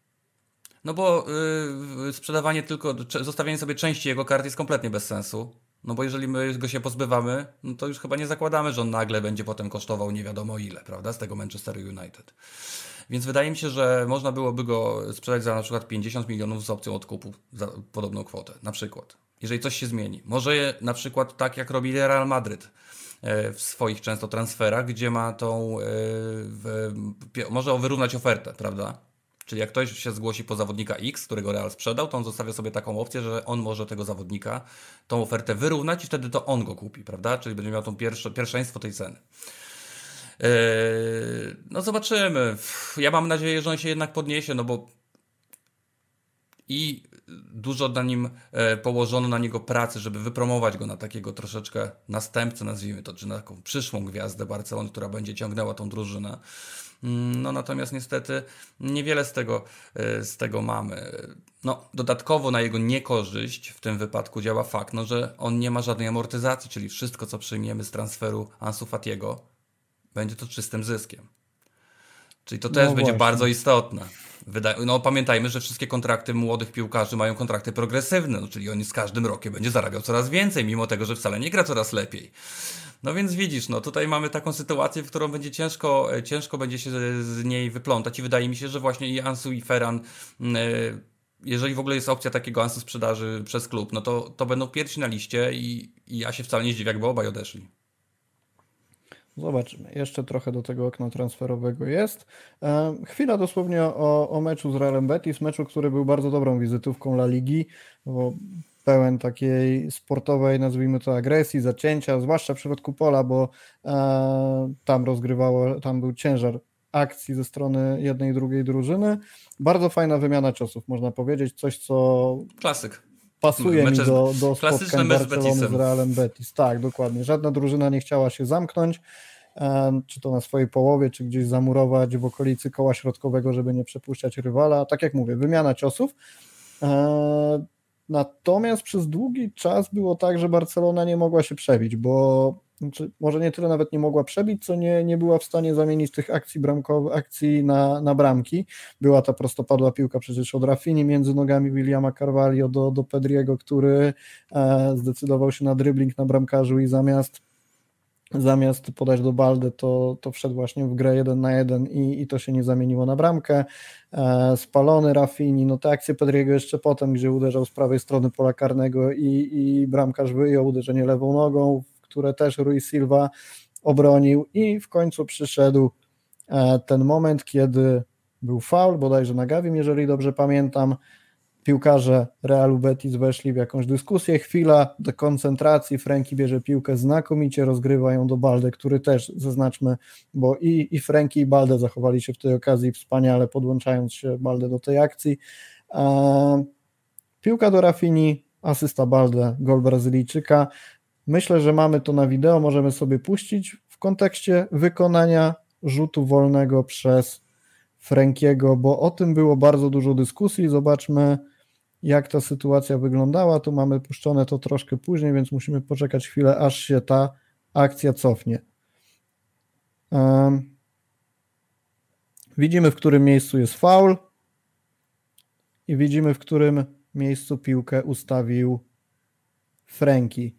No bo yy, sprzedawanie tylko, zostawienie sobie części jego kart jest kompletnie bez sensu. No bo jeżeli my go się pozbywamy, no to już chyba nie zakładamy, że on nagle będzie potem kosztował nie wiadomo ile, prawda, z tego Manchester United. Więc wydaje mi się, że można byłoby go sprzedać za na przykład pięćdziesiąt milionów z opcją odkupu za podobną kwotę, na przykład. Jeżeli coś się zmieni. Może na przykład tak jak robi Real Madryt w swoich często transferach, gdzie ma tą, yy, w, może wyrównać ofertę, prawda? Czyli jak ktoś się zgłosi po zawodnika X, którego Real sprzedał, to on zostawia sobie taką opcję, że on może tego zawodnika, tą ofertę wyrównać i wtedy to on go kupi, prawda? Czyli będzie miał tą pierwsze, pierwszeństwo tej ceny. No zobaczymy. Ja mam nadzieję, że on się jednak podniesie, no bo i dużo na nim położono na niego pracy, żeby wypromować go na takiego troszeczkę następcę, nazwijmy to, czy na taką przyszłą gwiazdę Barcelony, która będzie ciągnęła tą drużynę. No natomiast niestety niewiele z tego, z tego mamy. No, dodatkowo na jego niekorzyść w tym wypadku działa fakt, no, że on nie ma żadnej amortyzacji, czyli wszystko, co przyjmiemy z transferu Ansu Fatiego, będzie to czystym zyskiem. Czyli to też no będzie właśnie. Bardzo istotne. Wyda- no pamiętajmy, że wszystkie kontrakty młodych piłkarzy mają kontrakty progresywne, no, czyli on z każdym rokiem będzie zarabiał coraz więcej, mimo tego, że wcale nie gra coraz lepiej. No więc widzisz, no tutaj mamy taką sytuację, w którą będzie ciężko, ciężko będzie się z niej wyplątać i wydaje mi się, że właśnie i Ansu i Ferran, jeżeli w ogóle jest opcja takiego Ansu sprzedaży przez klub, no to, to będą pierwsi na liście i, i ja się wcale nie zdziwię, jakby obaj odeszli. Zobaczymy. Jeszcze trochę do tego okna transferowego jest. E, chwila dosłownie o, o meczu z Realem Betis, meczu, który był bardzo dobrą wizytówką La Ligi, bo pełen takiej sportowej, nazwijmy to, agresji, zacięcia, zwłaszcza w środku pola, bo e, tam rozgrywało, tam był ciężar akcji ze strony jednej i drugiej drużyny. Bardzo fajna wymiana ciosów, można powiedzieć, coś co... Klasyk. Pasuje Mecze mi do, do spotkań Barcelony z, z Realem Betis. Tak, dokładnie. Żadna drużyna nie chciała się zamknąć, e, czy to na swojej połowie, czy gdzieś zamurować w okolicy koła środkowego, żeby nie przepuszczać rywala. Tak jak mówię, wymiana ciosów. E, natomiast przez długi czas było tak, że Barcelona nie mogła się przebić, bo znaczy, może nie tyle nawet nie mogła przebić, co nie, nie była w stanie zamienić tych akcji bramkowych, akcji na, na bramki. Była ta prostopadła piłka przecież od Rafini między nogami Williama Carvalho do, do Pedriego, który e, zdecydował się na dribbling na bramkarzu i zamiast zamiast podać do Balde, to, to wszedł właśnie w grę jeden na jeden i, i to się nie zamieniło na bramkę. E, spalony Rafini, no te akcje Pedriego jeszcze potem, gdzie uderzał z prawej strony pola karnego i, i bramkarz wyjął uderzenie lewą nogą, które też Rui Silva obronił i w końcu przyszedł ten moment, kiedy był faul, bodajże na Gavim, jeżeli dobrze pamiętam. Piłkarze Realu Betis weszli w jakąś dyskusję, chwila do koncentracji, Frenkie bierze piłkę, znakomicie rozgrywa ją do Balde, który też, zaznaczmy, bo i, i Frenkie i Balde zachowali się w tej okazji wspaniale, podłączając się Balde do tej akcji. Eee, piłka do Rafini, asysta Balde, gol Brazylijczyka. Myślę, że mamy to na wideo, możemy sobie puścić w kontekście wykonania rzutu wolnego przez Frenkiego, bo o tym było bardzo dużo dyskusji. Zobaczmy, jak ta sytuacja wyglądała. Tu mamy puszczone to troszkę później, więc musimy poczekać chwilę, aż się ta akcja cofnie. Um, widzimy, w którym miejscu jest faul i widzimy, w którym miejscu piłkę ustawił Frenkie.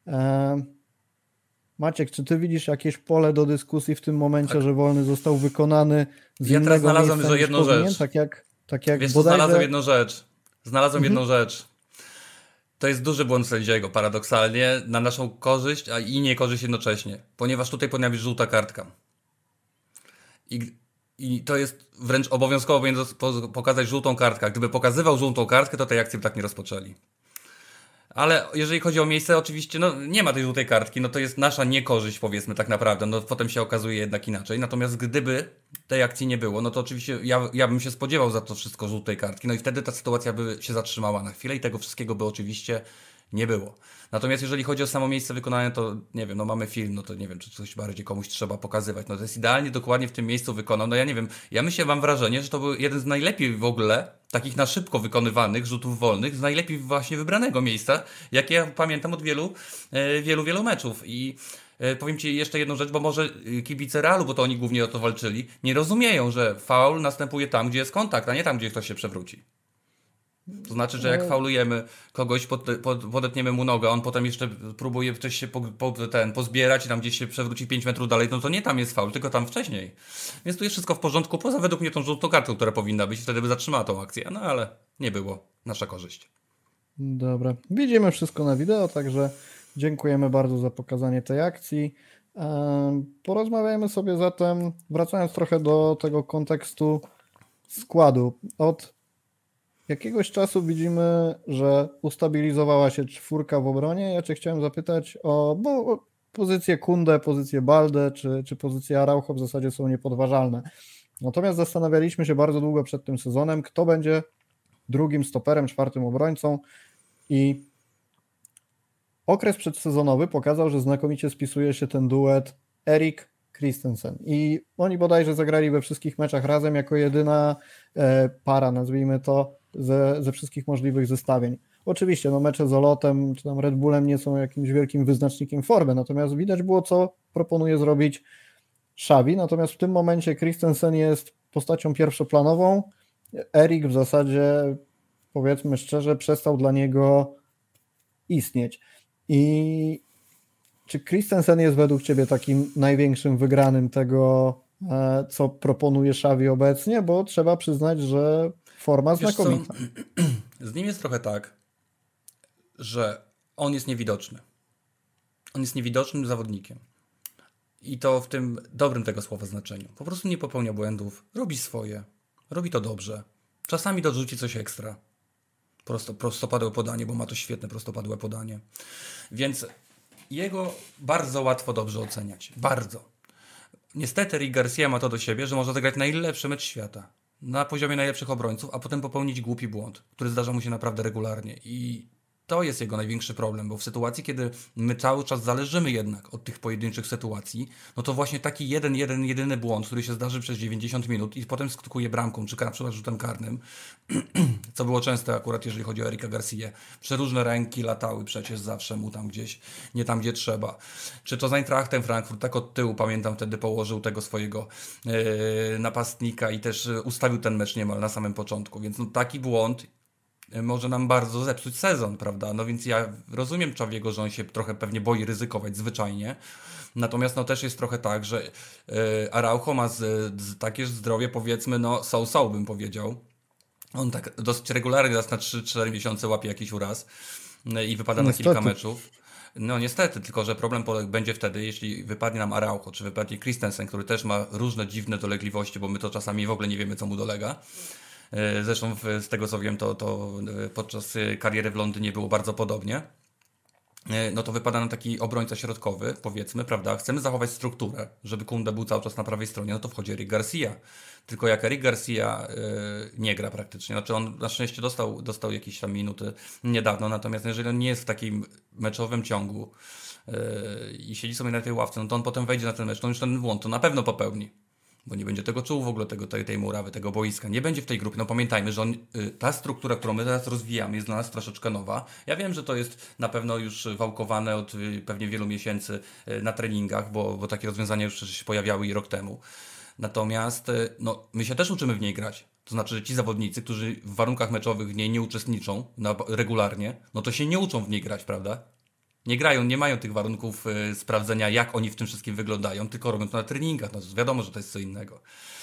Maciek, czy ty widzisz jakieś pole do dyskusji w tym momencie, tak, że wolny został wykonany z ja innego teraz znalazłem miejsca jedną powinien? rzecz. Tak jak, tak jak Wiesz, bodajże... znalazłem jedną rzecz. Znalazłem mhm. jedną rzecz. To jest duży błąd sędziego, paradoksalnie, na naszą korzyść, a i niekorzyść jednocześnie. Ponieważ tutaj powinna być żółta kartka. I, i to jest wręcz obowiązkowo powinien pokazać żółtą kartkę. Gdyby pokazywał żółtą kartkę, to tej akcji by tak nie rozpoczęli. Ale jeżeli chodzi o miejsce, oczywiście no, nie ma tej żółtej kartki, no to jest nasza niekorzyść, powiedzmy tak naprawdę, no potem się okazuje jednak inaczej. Natomiast gdyby tej akcji nie było, no to oczywiście ja, ja bym się spodziewał za to wszystko żółtej kartki, no i wtedy ta sytuacja by się zatrzymała na chwilę i tego wszystkiego by oczywiście nie było. Natomiast jeżeli chodzi o samo miejsce wykonania, to nie wiem, no mamy film, no to nie wiem, czy coś bardziej komuś trzeba pokazywać. No to jest idealnie, dokładnie w tym miejscu wykonał. No ja nie wiem, ja myślę, mam wrażenie, że to był jeden z najlepiej w ogóle, takich na szybko wykonywanych rzutów wolnych, z najlepiej właśnie wybranego miejsca, jakie ja pamiętam od wielu, wielu, wielu meczów. I powiem Ci jeszcze jedną rzecz, bo może kibice Realu, bo to oni głównie o to walczyli, nie rozumieją, że faul następuje tam, gdzie jest kontakt, a nie tam, gdzie ktoś się przewróci. To znaczy, że jak faulujemy kogoś, pod, pod, podetniemy mu nogę, on potem jeszcze próbuje coś się po, po, ten, pozbierać i tam gdzieś się przewróci pięć metrów dalej, no to nie tam jest faul, tylko tam wcześniej. Więc tu jest wszystko w porządku, poza według mnie tą żółtą kartką, która powinna być, wtedy by zatrzymała tą akcję, no ale nie było. Nasza korzyść. Dobra, widzimy wszystko na wideo, także dziękujemy bardzo za pokazanie tej akcji. Porozmawiajmy sobie zatem, wracając trochę do tego kontekstu składu. Od jakiegoś czasu widzimy, że ustabilizowała się czwórka w obronie. Ja Cię chciałem zapytać o, bo pozycje Kunde, pozycje Balde czy, czy pozycje Araujo w zasadzie są niepodważalne. Natomiast zastanawialiśmy się bardzo długo przed tym sezonem, kto będzie drugim stoperem, czwartym obrońcą i okres przedsezonowy pokazał, że znakomicie spisuje się ten duet Erik Christensen i oni bodajże zagrali we wszystkich meczach razem jako jedyna para, nazwijmy to, ze, ze wszystkich możliwych zestawień. Oczywiście no mecze z Olotem czy tam Red Bullem nie są jakimś wielkim wyznacznikiem formy, natomiast widać było, co proponuje zrobić Xavi, natomiast w tym momencie Christensen jest postacią pierwszoplanową, Erik w zasadzie, powiedzmy szczerze, przestał dla niego istnieć. I czy Christensen jest według Ciebie takim największym wygranym tego, co proponuje Xavi obecnie? Bo trzeba przyznać, że forma znakomita. Z nim jest trochę tak, że on jest niewidoczny. On jest niewidocznym zawodnikiem. I to w tym dobrym tego słowa znaczeniu. Po prostu nie popełnia błędów, robi swoje, robi to dobrze. Czasami dorzuci coś ekstra. Prosto, prostopadłe podanie, bo ma to świetne prostopadłe podanie. Więc jego bardzo łatwo dobrze oceniać. Bardzo. Niestety Eric Garcia ma to do siebie, że może zagrać najlepszy mecz świata. Na poziomie najlepszych obrońców, a potem popełnić głupi błąd, który zdarza mu się naprawdę regularnie. I to jest jego największy problem, bo w sytuacji, kiedy my cały czas zależymy jednak od tych pojedynczych sytuacji, no to właśnie taki jeden, jeden, jedyny błąd, który się zdarzy przez dziewięćdziesiąt minut i potem skutkuje bramką, czy na przykład rzutem karnym, co było częste akurat, jeżeli chodzi o Erika Garcję. Przeróżne ręki latały przecież zawsze mu tam gdzieś, nie tam, gdzie trzeba. Czy to z Eintrachtem Frankfurt, tak od tyłu, pamiętam, wtedy położył tego swojego yy, napastnika i też ustawił ten mecz niemal na samym początku, więc no, taki błąd może nam bardzo zepsuć sezon, prawda? No więc ja rozumiem Xaviego, że on się trochę pewnie boi ryzykować zwyczajnie. Natomiast no też jest trochę tak, że yy, Araujo ma z, z, takie zdrowie, powiedzmy, no so-so bym powiedział. On tak dosyć regularnie raz na trzy cztery miesiące łapie jakiś uraz yy, i wypada niestety na kilka meczów. No niestety, tylko że problem będzie wtedy, jeśli wypadnie nam Araujo, czy wypadnie Christensen, który też ma różne dziwne dolegliwości, bo my to czasami w ogóle nie wiemy, co mu dolega. Zresztą z tego co wiem, to, to podczas kariery w Londynie było bardzo podobnie. No to wypada nam taki obrońca środkowy, powiedzmy, prawda? Chcemy zachować strukturę, żeby Kunde był cały czas na prawej stronie, no to wchodzi Eric Garcia. Tylko jak Eric Garcia yy, nie gra praktycznie, znaczy on na szczęście dostał, dostał jakieś tam minuty niedawno, natomiast jeżeli on nie jest w takim meczowym ciągu yy, i siedzi sobie na tej ławce, no to on potem wejdzie na ten mecz, to już ten błąd to na pewno popełni. Bo nie będzie tego czuł w ogóle, tego, tej, tej murawy, tego boiska. Nie będzie w tej grupie. No pamiętajmy, że on, ta struktura, którą my teraz rozwijamy, jest dla nas troszeczkę nowa. Ja wiem, że to jest na pewno już wałkowane od pewnie wielu miesięcy na treningach, bo, bo takie rozwiązania już się pojawiały i rok temu. Natomiast no, my się też uczymy w niej grać. To znaczy, że ci zawodnicy, którzy w warunkach meczowych w niej nie uczestniczą na, regularnie, no to się nie uczą w niej grać, prawda? Nie grają, nie mają tych warunków y, sprawdzenia, jak oni w tym wszystkim wyglądają, tylko robią to na treningach. No wiadomo, że to jest co innego.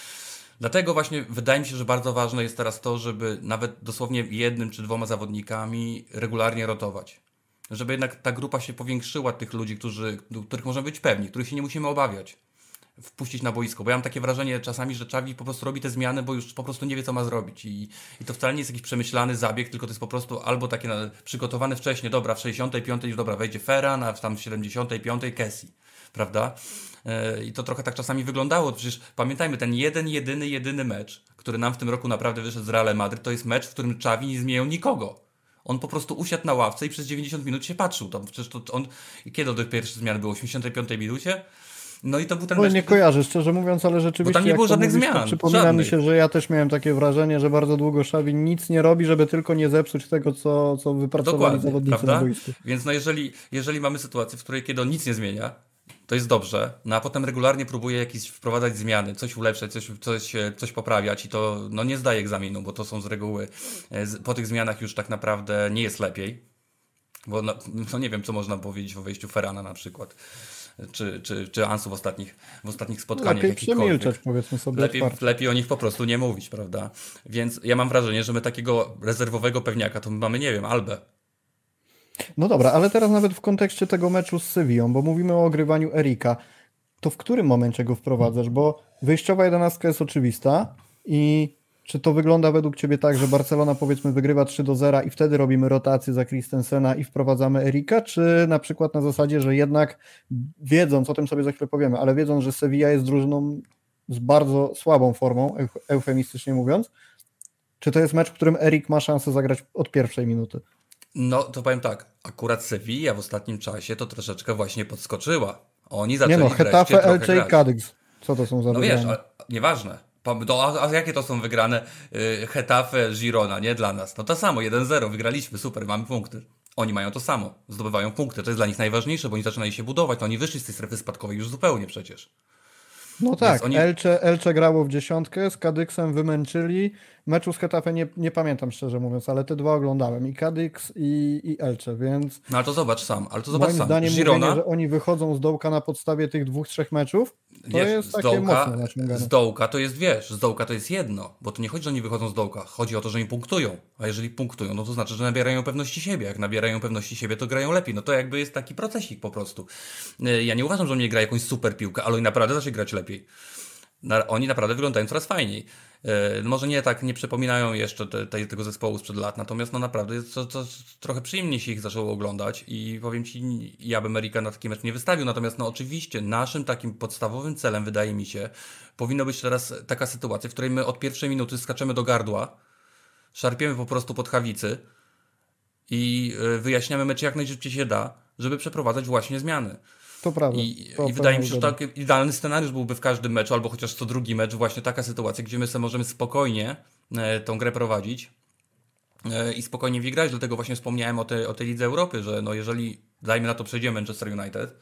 Dlatego właśnie wydaje mi się, że bardzo ważne jest teraz to, żeby nawet dosłownie jednym czy dwoma zawodnikami regularnie rotować. Żeby jednak ta grupa się powiększyła, tych ludzi, którzy, których możemy być pewni, których się nie musimy obawiać wpuścić na boisko, bo ja mam takie wrażenie czasami, że Xavi po prostu robi te zmiany, bo już po prostu nie wie, co ma zrobić i, i to wcale nie jest jakiś przemyślany zabieg, tylko to jest po prostu albo takie na, przygotowane wcześniej, dobra, w sześćdziesiątej piątej już dobra, wejdzie Ferran, a tam w siedemdziesiątej piątej Kessie, prawda? Yy, I to trochę tak czasami wyglądało, przecież pamiętajmy, ten jeden, jedyny, jedyny mecz, który nam w tym roku naprawdę wyszedł z Realem Madryt, to jest mecz, w którym Xavi nie zmieniał nikogo. On po prostu usiadł na ławce i przez dziewięćdziesiąt minut się patrzył. To, przecież to on, kiedy do tych pierwszych zmian było? W osiemdziesiątej piątej minucie? No i to był ten Bo mecz. nie kojarzę, szczerze mówiąc, ale rzeczywiście. Bo tam nie było żadnych mówisz, zmian. Przypomina żadnych. mi się, że ja też miałem takie wrażenie, że bardzo długo Xavi nic nie robi, żeby tylko nie zepsuć tego, co, co wypracowali Dokładnie, zawodnicy prawda? na boisku. Więc no jeżeli, jeżeli mamy sytuację, w której kiedy on nic nie zmienia, to jest dobrze, no a potem regularnie próbuje jakieś wprowadzać zmiany, coś ulepszać, coś, coś, coś poprawiać i to no nie zdaje egzaminu, bo to są z reguły, po tych zmianach już tak naprawdę nie jest lepiej. Bo no, no nie wiem, co można powiedzieć o wejściu Ferrana na przykład. Czy, czy, czy Ansu w ostatnich, w ostatnich spotkaniach. Lepiej przemilczeć, powiedzmy sobie. Lepiej, lepiej o nich po prostu nie mówić, prawda? Więc ja mam wrażenie, że my takiego rezerwowego pewniaka to my mamy, nie wiem, Albę. No dobra, ale teraz nawet w kontekście tego meczu z Sewillą, bo mówimy o ogrywaniu Erika, to w którym momencie go wprowadzasz? Bo wyjściowa jedenastka jest oczywista i czy to wygląda według Ciebie tak, że Barcelona powiedzmy wygrywa trzy do zera i wtedy robimy rotację za Christensena i wprowadzamy Erika, czy na przykład na zasadzie, że jednak wiedząc, o tym sobie za chwilę powiemy, ale wiedząc, że Sevilla jest drużyną z bardzo słabą formą, eufemistycznie mówiąc, czy to jest mecz, w którym Erik ma szansę zagrać od pierwszej minuty? No to powiem tak, akurat Sevilla w ostatnim czasie to troszeczkę właśnie podskoczyła. Oni zaczęli Nie no, wreszcie Getafe, trochę Elche i grać. Cadix. Co to są za No wygrane? wiesz, a, nieważne. Pa- To, a, a jakie to są wygrane? Yy, Getafe, Girona, nie dla nas. No to samo, jeden zero, wygraliśmy, super, mamy punkty. Oni mają to samo, zdobywają punkty. To jest dla nich najważniejsze, bo oni zaczynają się budować. To oni wyszli z tej strefy spadkowej już zupełnie przecież. No tak, oni- Elche, Elche grało w dziesiątkę, z Cadixem wymęczyli. Meczu z Getafe nie, nie pamiętam szczerze mówiąc, ale te dwa oglądałem, i Cadix i, i Elche, więc No ale to zobacz sam, ale to zobacz moim sam. zdaniem Girona, mówienie, że oni wychodzą z dołka na podstawie tych dwóch, trzech meczów, to wiesz, jest z takie dołka, mocno naciągane. z dołka to jest, wiesz, z dołka to jest jedno, bo to nie chodzi, że oni wychodzą z dołka, chodzi o to, że oni punktują, a jeżeli punktują, no to znaczy, że nabierają pewności siebie, jak nabierają pewności siebie, to grają lepiej, no to jakby jest taki procesik po prostu. Yy, Ja nie uważam, że oni grają jakąś super piłkę, ale oni naprawdę zaczęli grać lepiej. Na, oni naprawdę wyglądają coraz fajniej. Yy, może nie tak, nie przypominają jeszcze te, te, tego zespołu sprzed lat, natomiast no naprawdę jest to, to, trochę przyjemnie się ich zaczęło oglądać i powiem Ci, ja bym Erika na taki mecz nie wystawił, natomiast no oczywiście naszym takim podstawowym celem, wydaje mi się, powinno być teraz taka sytuacja, w której my od pierwszej minuty skaczemy do gardła, szarpiemy po prostu pod Chawicy i yy, wyjaśniamy mecz jak najszybciej się da, żeby przeprowadzać właśnie zmiany. To prawda. I, to i wydaje mi się, że zgoda. taki idealny scenariusz byłby w każdym meczu, albo chociaż co drugi mecz, właśnie taka sytuacja, gdzie my sobie możemy spokojnie e, tą grę prowadzić e, i spokojnie wygrać. Dlatego właśnie wspomniałem o, te, o tej Lidze Europy, że no jeżeli, dajmy na to, przejdzie Manchester United,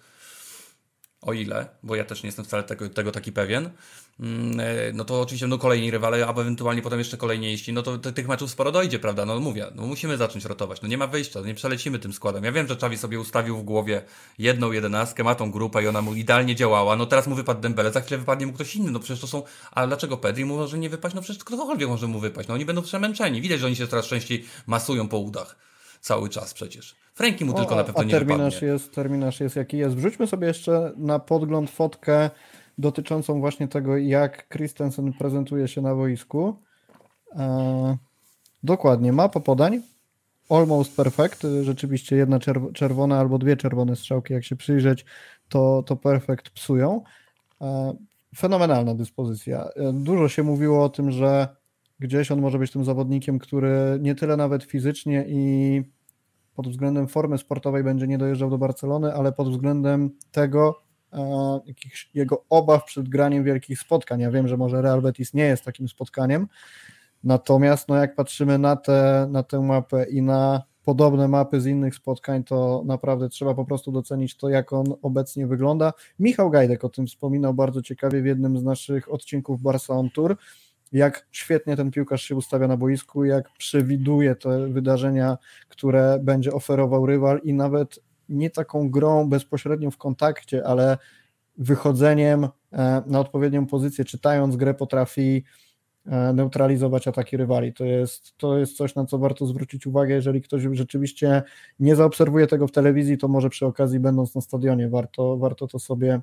o ile, bo ja też nie jestem wcale tego, tego taki pewien, mm, e, no to oczywiście no kolejni rywale, albo ewentualnie potem jeszcze kolejniejsi, no to ty- tych meczów sporo dojdzie, prawda? No mówię, no musimy zacząć rotować, no nie ma wyjścia, nie przelecimy tym składem. Ja wiem, że Xavi sobie ustawił w głowie jedną jedenastkę, ma tą grupę i ona mu idealnie działała, no teraz mu wypadł Dembele, za chwilę wypadnie mu ktoś inny, no przecież to są, ale dlaczego Pedri mu może nie wypaść? No przecież ktokolwiek może mu wypaść, no oni będą przemęczeni, widać, że oni się coraz częściej masują po udach, cały czas przecież. Franki mu O, tylko a, na pewno a nie terminarz wypadnie. jest, terminarz jest jaki jest. Wrzućmy sobie jeszcze na podgląd fotkę dotyczącą właśnie tego, jak Christensen prezentuje się na boisku. E, dokładnie, mapa podań. Almost perfect. Rzeczywiście jedna czerw- czerwona albo dwie czerwone strzałki, jak się przyjrzeć, to, to perfect psują. E, fenomenalna dyspozycja. E, dużo się mówiło o tym, że gdzieś on może być tym zawodnikiem, który nie tyle nawet fizycznie i pod względem formy sportowej będzie nie dojeżdżał do Barcelony, ale pod względem tego, e, jakichś jego obaw przed graniem wielkich spotkań. Ja wiem, że może Real Betis nie jest takim spotkaniem, natomiast no jak patrzymy na, te, na tę mapę i na podobne mapy z innych spotkań, to naprawdę trzeba po prostu docenić to, jak on obecnie wygląda. Michał Gajdek o tym wspominał bardzo ciekawie w jednym z naszych odcinków Barca on Tour, jak świetnie ten piłkarz się ustawia na boisku, jak przewiduje te wydarzenia, które będzie oferował rywal i nawet nie taką grą bezpośrednio w kontakcie, ale wychodzeniem na odpowiednią pozycję, czytając grę, potrafi neutralizować ataki rywali. To jest, to jest coś, na co warto zwrócić uwagę. Jeżeli ktoś rzeczywiście nie zaobserwuje tego w telewizji, to może przy okazji, będąc na stadionie, warto, warto to sobie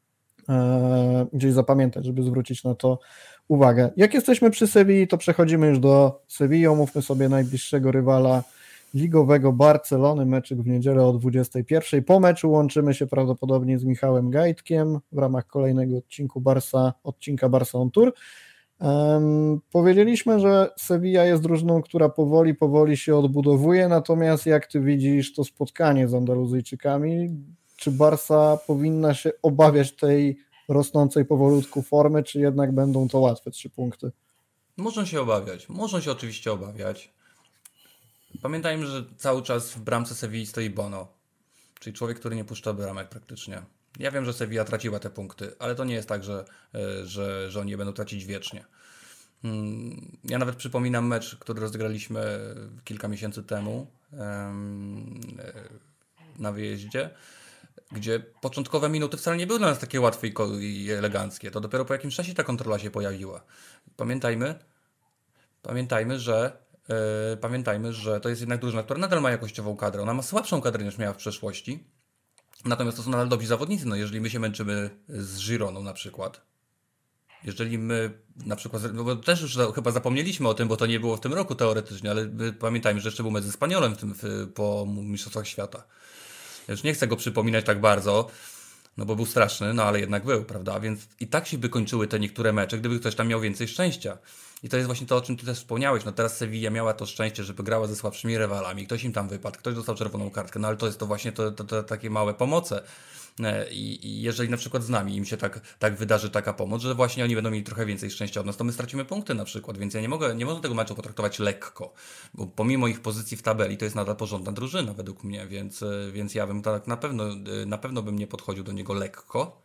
gdzieś zapamiętać, żeby zwrócić na to uwagę. Jak jesteśmy przy Sewilli, to przechodzimy już do Sewilli. Omówmy sobie najbliższego rywala ligowego Barcelony, meczyk w niedzielę o dwudziestej pierwszej. Po meczu łączymy się prawdopodobnie z Michałem Gajdkiem w ramach kolejnego odcinku Barca, odcinka Barca on Tour. Um, powiedzieliśmy, że Sevilla jest drużyną, która powoli, powoli się odbudowuje, natomiast jak ty widzisz to spotkanie z Andaluzyjczykami, czy Barca powinna się obawiać tej rosnącej powolutku formy, czy jednak będą to łatwe trzy punkty? Muszą się obawiać, muszą się oczywiście obawiać. Pamiętajmy, że cały czas w bramce Sewilli stoi Bono, czyli człowiek, który nie puszcza bramek praktycznie. Ja wiem, że Sevilla traciła te punkty, ale to nie jest tak, że, że, że oni je będą tracić wiecznie. Ja nawet przypominam mecz, który rozegraliśmy kilka miesięcy temu na wyjeździe, gdzie początkowe minuty wcale nie były dla nas takie łatwe i eleganckie. To dopiero po jakimś czasie ta kontrola się pojawiła. Pamiętajmy, pamiętajmy, że yy, pamiętajmy, że to jest jednak drużyna, która nadal ma jakościową kadrę. Ona ma słabszą kadrę niż miała w przeszłości. Natomiast to są nadal dobrzy zawodnicy. No jeżeli my się męczymy z Gironą na przykład, jeżeli my na przykład, no bo też już chyba zapomnieliśmy o tym, bo to nie było w tym roku teoretycznie, ale pamiętajmy, że jeszcze był mecz ze Spaniolem w tym, w, po Mistrzostwach Świata. Ja już nie chcę go przypominać tak bardzo, no bo był straszny, no ale jednak był, prawda? Więc i tak się by kończyły te niektóre mecze, gdyby ktoś tam miał więcej szczęścia. I to jest właśnie to, o czym ty też wspomniałeś. No teraz Sevilla miała to szczęście, żeby grała ze słabszymi rywalami. Ktoś im tam wypadł, ktoś dostał czerwoną kartkę, no ale to jest to właśnie to, to, to takie małe pomoce. I, I jeżeli na przykład z nami im się tak, tak wydarzy taka pomoc, że właśnie oni będą mieli trochę więcej szczęścia od nas, to my stracimy punkty na przykład, więc ja nie mogę, nie można tego meczu potraktować lekko, bo pomimo ich pozycji w tabeli to jest nadal porządna drużyna według mnie, więc, więc ja bym tak na pewno, na pewno bym nie podchodził do niego lekko.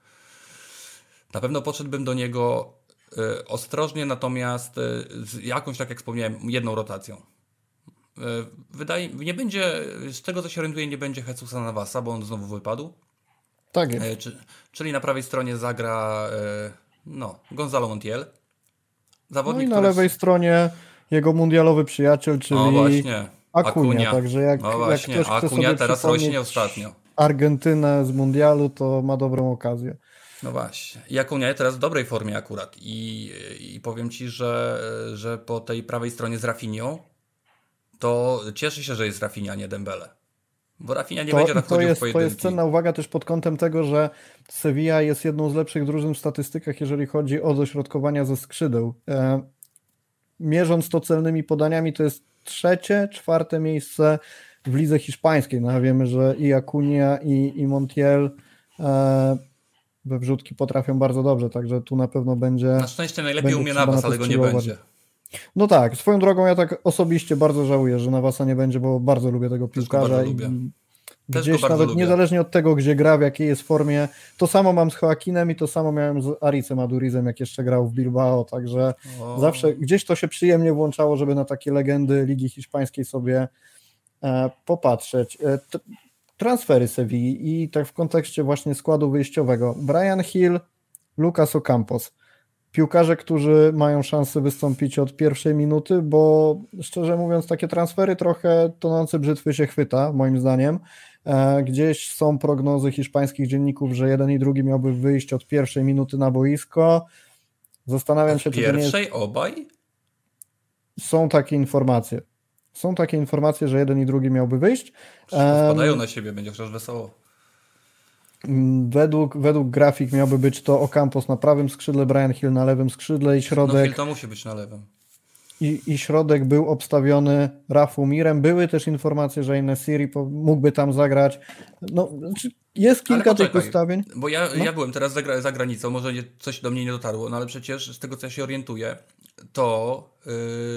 Na pewno podszedłbym do niego y, ostrożnie, natomiast y, z jakąś, tak jak wspomniałem, jedną rotacją. Y, wydaje, nie będzie, z tego co się orientuję, nie będzie Jesusa Navasa, bo on znowu wypadł. Tak jest. Y, czy, czyli na prawej stronie zagra y, no, Gonzalo Montiel. Zawodnik, no i na lewej z... stronie jego mundialowy przyjaciel, czyli o, właśnie. Acuna. Acuna. Także jak, no właśnie. jak ktoś chce Acuna sobie teraz rośnie ostatnio. Argentynę z mundialu, to ma dobrą okazję. No właśnie. I Acuna jest teraz w dobrej formie akurat. I, i powiem Ci, że, że po tej prawej stronie z Rafinhą to cieszę się, że jest Rafinha, a nie Dembele. Bo Rafinha nie to, będzie tak to chodził jest, w pojedynki. To jest cenna uwaga też pod kątem tego, że Sevilla jest jedną z lepszych drużyn w statystykach, jeżeli chodzi o dośrodkowania ze skrzydeł. E, mierząc to celnymi podaniami, to jest trzecie, czwarte miejsce w lidze hiszpańskiej. No, wiemy, że i Acuna, i, i Montiel e, we wrzutki potrafią bardzo dobrze, także tu na pewno będzie... Na szczęście najlepiej umie Navas, ale go nie będzie. No tak, swoją drogą ja tak osobiście bardzo żałuję, że Navasa nie będzie, bo bardzo lubię tego piłkarza. I gdzieś nawet lubię. Niezależnie od tego, gdzie gra, w jakiej jest formie, to samo mam z Joaquinem i to samo miałem z Aricem Adurizem, jak jeszcze grał w Bilbao, także o. zawsze gdzieś to się przyjemnie włączało, żeby na takie legendy Ligi Hiszpańskiej sobie e, popatrzeć. E, t- transfery Sevilli i tak w kontekście właśnie składu wyjściowego. Bryan Gil, Lucas Ocampos. Piłkarze, którzy mają szansę wystąpić od pierwszej minuty, bo szczerze mówiąc takie transfery trochę tonące brzytwy się chwyta, moim zdaniem. E, gdzieś są prognozy hiszpańskich dzienników, że jeden i drugi miałby wyjść od pierwszej minuty na boisko. Zastanawiam się, czy to nie jest... pierwszej obaj? Są takie informacje. Są takie informacje, że jeden i drugi miałby wyjść. Wpadają na siebie, będzie chociaż wesoło. Według, według grafik miałby być to Ocampos na prawym skrzydle, Bryan Gil na lewym skrzydle i środek... No Gil to musi być na lewym. I, I środek był obstawiony Rafu Mirem. Były też informacje, że En-Nesyri mógłby tam zagrać. No, jest kilka tych ustawień. Bo ja, no. ja byłem teraz za, gra, za granicą, może nie, coś do mnie nie dotarło, no ale przecież z tego, co ja się orientuję, to... Yy...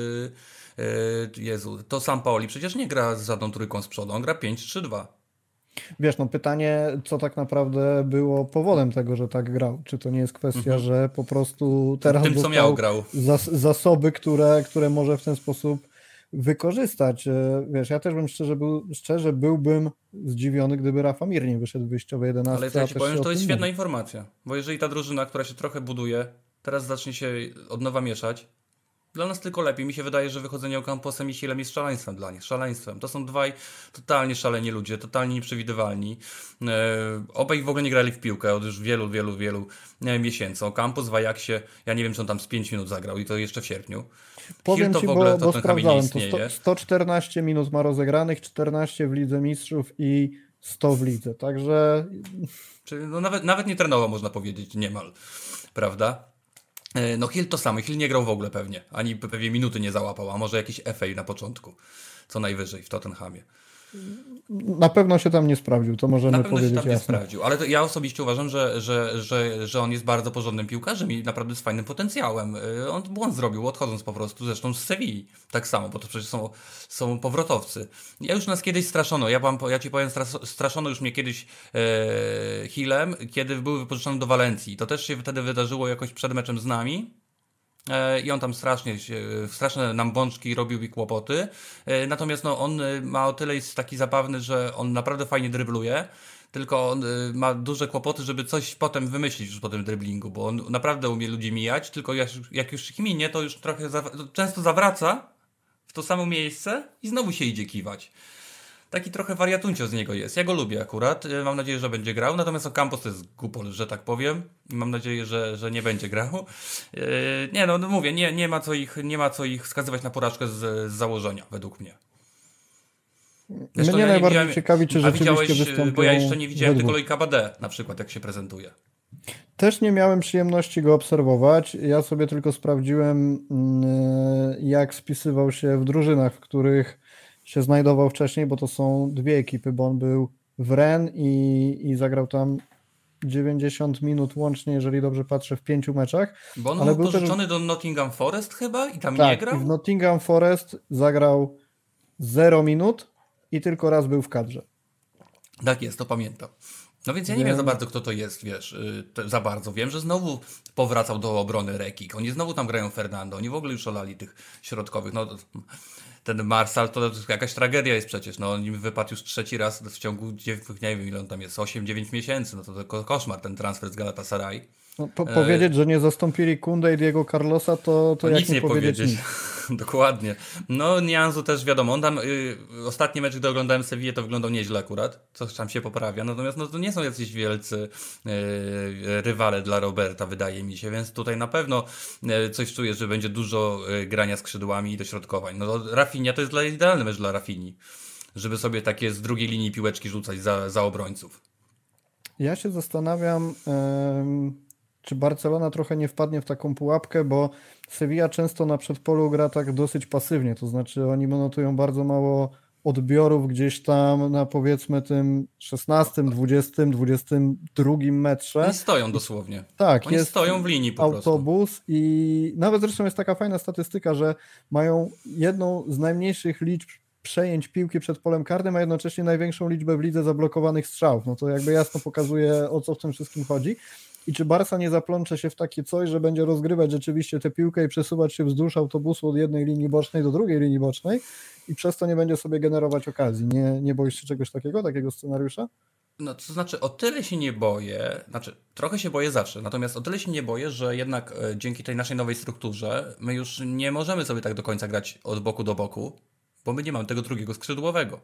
Jezu, to Sampaoli przecież nie gra z żadną trójką z przodu, on gra pięć trzy dwa. Wiesz, no pytanie, co tak naprawdę było powodem tego, że tak grał. Czy to nie jest kwestia, mhm. że po prostu teraz tym, co miał, grał. Zas- zasoby, które, które może w ten sposób wykorzystać. Wiesz, ja też bym szczerze, był, szczerze byłbym zdziwiony, gdyby Rafa Mir nie wyszedł w wyjściowej jedenastce. Ale to ja ci powiem, że to jest świetna informacja, bo jeżeli ta drużyna, która się trochę buduje, teraz zacznie się od nowa mieszać, dla nas tylko lepiej. Mi się wydaje, że wychodzenie Ocamposem i Hilem jest szaleństwem dla nich. Szaleństwem. To są dwaj totalnie szaleni ludzie, totalnie nieprzewidywalni. E, obaj w ogóle nie grali w piłkę od już wielu, wielu, wielu nie, miesięcy. Ocampos w Ajaxie, ja nie wiem, czy on tam z pięć minut zagrał i to jeszcze w sierpniu. Powiem Hill to ci, w ogóle bo, to bo ten sprawdzałem, nie to istnieje. sto, sto czternaście minut ma rozegranych, czternaście w Lidze Mistrzów i sto w Lidze. Także... Czyli no nawet, nawet nie trenował, można powiedzieć, niemal. Prawda? No Hill to samo, Hill nie grał w ogóle pewnie, ani pewnie minuty nie załapał, a może jakiś F A na początku, co najwyżej w Tottenhamie. Na pewno się tam nie sprawdził, to możemy powiedzieć. Na pewno powiedzieć się tam jasno. nie sprawdził, ale to ja osobiście uważam, że, że, że, że on jest bardzo porządnym piłkarzem i naprawdę z fajnym potencjałem. On błąd zrobił, odchodząc po prostu, zresztą z Sewilli tak samo, bo to przecież są, są powrotowcy. Ja już nas kiedyś straszono, ja, wam, ja ci powiem, straszono już mnie kiedyś e, Hillem, kiedy był wypożyczony do Walencji. To też się wtedy wydarzyło jakoś przed meczem z nami. I on tam strasznie, straszne nam bączki robił i kłopoty. Natomiast no, on ma o tyle jest taki zabawny, że on naprawdę fajnie drybluje, tylko on ma duże kłopoty, żeby coś potem wymyślić już po tym dryblingu, bo on naprawdę umie ludzi mijać, tylko jak, jak już ich minie, to już trochę za, często zawraca w to samo miejsce i znowu się idzie kiwać. taki trochę wariatuncio z niego jest. Ja go lubię akurat, mam nadzieję, że będzie grał, natomiast Ocampos to jest głupol, że tak powiem, i mam nadzieję, że, że nie będzie grał. Nie, no, no mówię, nie, nie, ma co ich, nie ma co ich skazywać na porażkę z, z założenia, według mnie. Zresztą mnie ja najbardziej ciekawi, czy rzeczywiście wystąpią. Bo ja jeszcze nie widziałem tego Loika Badet na przykład, jak się prezentuje. Też nie miałem przyjemności go obserwować. Ja sobie tylko sprawdziłem, jak spisywał się w drużynach, w których się znajdował wcześniej, bo to są dwie ekipy, bo on był w Rennes i, i zagrał tam dziewięćdziesiąt minut łącznie, jeżeli dobrze patrzę, w pięciu meczach. Bo on ale był pożyczony też... do Nottingham Forest chyba i tam tak, nie grał? I w Nottingham Forest zagrał zero minut i tylko raz był w kadrze. Tak jest, to pamiętam. No więc ja nie wiem, wiem za bardzo, kto to jest, wiesz, yy, za bardzo. Wiem, że znowu powracał do obrony Rekik. Oni znowu tam grają Fernando. Oni w ogóle już olali tych środkowych. No, ten Marsal to jakaś tragedia jest przecież. No, on im wypadł już trzeci raz w ciągu, nie wiem ile on tam jest, osiem dziewięć miesięcy. No to, to koszmar ten transfer z Galatasaray. No, po, powiedzieć, że nie zastąpili Kunde i Diego Carlosa, to, to no jak nic nie, nie powiedzieć, powiedzieć. Nic. Dokładnie. No Nianzu też wiadomo, on tam y, ostatni mecz, gdy oglądałem Sevillę, to wyglądał nieźle akurat, coś tam się poprawia, natomiast no, to nie są jacyś wielcy y, rywale dla Roberta, wydaje mi się, więc tutaj na pewno y, coś czuję, że będzie dużo y, grania skrzydłami i dośrodkowań. No Rafinha to jest dla, idealny mecz dla Rafini, żeby sobie takie z drugiej linii piłeczki rzucać za, za obrońców. Ja się zastanawiam... Ym... czy Barcelona trochę nie wpadnie w taką pułapkę, bo Sevilla często na przedpolu gra tak dosyć pasywnie, to znaczy oni notują bardzo mało odbiorów gdzieś tam na powiedzmy tym szesnastym, dwudziestym, dwudziestym drugim metrze. Oni stoją dosłownie. Tak, oni jest stoją w linii po autobus prostu. I nawet zresztą jest taka fajna statystyka, że mają jedną z najmniejszych liczb przejęć piłki przed polem karnym, a jednocześnie największą liczbę w lidze zablokowanych strzałów. No to jakby jasno pokazuje, o co w tym wszystkim chodzi. I czy Barca nie zaplącze się w takie coś, że będzie rozgrywać rzeczywiście tę piłkę i przesuwać się wzdłuż autobusu od jednej linii bocznej do drugiej linii bocznej i przez to nie będzie sobie generować okazji. Nie, nie boisz się czegoś takiego, takiego scenariusza? No to znaczy o tyle się nie boję, znaczy trochę się boję zawsze, natomiast o tyle się nie boję, że jednak e, dzięki tej naszej nowej strukturze my już nie możemy sobie tak do końca grać od boku do boku, bo my nie mamy tego drugiego skrzydłowego.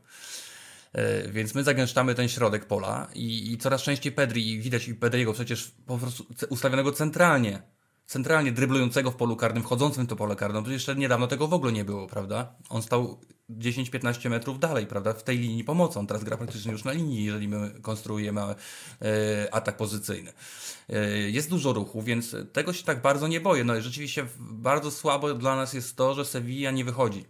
Więc my zagęszczamy ten środek pola i, i coraz częściej Pedri, i widać i Pedriego przecież po prostu ustawionego centralnie, centralnie dryblującego w polu karnym, wchodzącym w to pole karne. Przecież jeszcze niedawno tego w ogóle nie było, prawda? On stał dziesięć piętnaście metrów dalej, prawda? W tej linii pomocy. On teraz gra praktycznie już na linii, jeżeli my konstruujemy e, atak pozycyjny. E, jest dużo ruchu, więc tego się tak bardzo nie boję. No i rzeczywiście bardzo słabo dla nas jest to, że Sevilla nie wychodzi.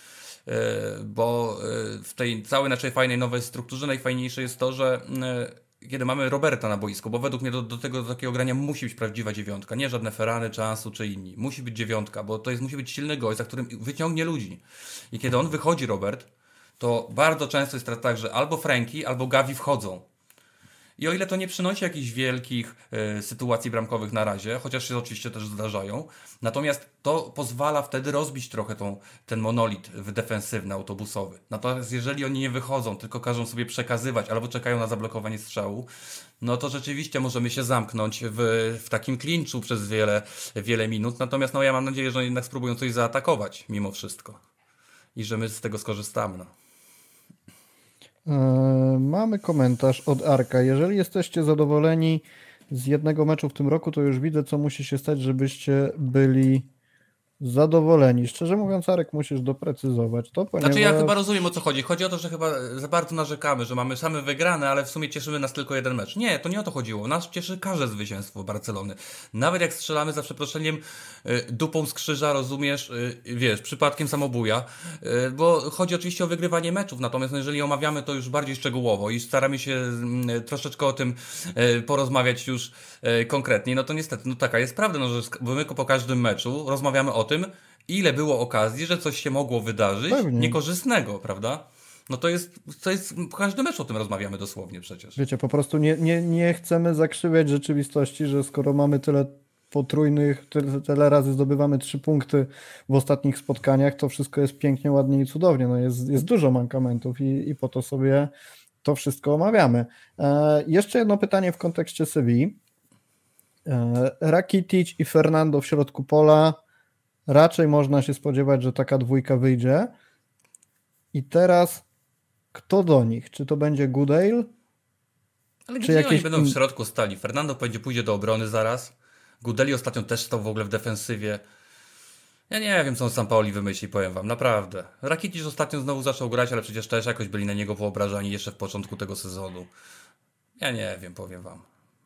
Bo w tej całej naszej fajnej nowej strukturze najfajniejsze jest to, że kiedy mamy Roberta na boisku, bo według mnie do, do tego do takiego grania musi być prawdziwa dziewiątka, nie żadne Ferrany, Chansu czy inni. Musi być dziewiątka, bo to jest, musi być silny gość, za którym wyciągnie ludzi. I kiedy on wychodzi, Robert, to bardzo często jest tak, że albo Frankie, albo Gavi wchodzą. I o ile to nie przynosi jakichś wielkich y, sytuacji bramkowych na razie, chociaż się oczywiście też zdarzają, natomiast to pozwala wtedy rozbić trochę tą, ten monolit defensywny, autobusowy. Natomiast jeżeli oni nie wychodzą, tylko każą sobie przekazywać albo czekają na zablokowanie strzału, no to rzeczywiście możemy się zamknąć w, w takim klinczu przez wiele, wiele minut. Natomiast no ja mam nadzieję, że jednak spróbują coś zaatakować mimo wszystko i że my z tego skorzystamy. No. Mamy komentarz od Arka. Jeżeli jesteście zadowoleni z jednego meczu w tym roku, to już widzę, co musi się stać, żebyście byli zadowoleni. Szczerze mówiąc, Arek, musisz doprecyzować to, ponieważ... Znaczy ja chyba rozumiem, o co chodzi. Chodzi o to, że chyba za bardzo narzekamy, że mamy same wygrane, ale w sumie cieszymy nas tylko jeden mecz. Nie, to nie o to chodziło. Nas cieszy każde zwycięstwo Barcelony. Nawet jak strzelamy za przeproszeniem dupą z krzyża, rozumiesz, wiesz, przypadkiem samobuja, bo chodzi oczywiście o wygrywanie meczów, natomiast jeżeli omawiamy to już bardziej szczegółowo i staramy się troszeczkę o tym porozmawiać już konkretniej, no to niestety, no taka jest prawda, no, że my po każdym meczu rozmawiamy o tym, ile było okazji, że coś się mogło wydarzyć Pewnie. niekorzystnego, prawda? No to jest, to jest, każdy mecz o tym rozmawiamy dosłownie przecież. Wiecie, po prostu nie, nie, nie chcemy zakrzywiać rzeczywistości, że skoro mamy tyle potrójnych, tyle, tyle razy zdobywamy trzy punkty w ostatnich spotkaniach, to wszystko jest pięknie, ładnie i cudownie. No jest, jest dużo mankamentów i, i po to sobie to wszystko omawiamy. E, jeszcze jedno pytanie w kontekście Sewilli. E, Rakitic i Fernando w środku pola. Raczej można się spodziewać, że taka dwójka wyjdzie. I teraz kto do nich? Czy to będzie Goodale? Ale Czy gdzie oni jakieś będą in... w środku stali? Fernando będzie pójdzie do obrony zaraz. Gudeli ostatnio też stał w ogóle w defensywie. Ja nie wiem, co on Sampaoli wymyśli, powiem wam, naprawdę. Rakitic ostatnio znowu zaczął grać, ale przecież też jakoś byli na niego wyobrażani jeszcze w początku tego sezonu. Ja nie wiem, powiem wam.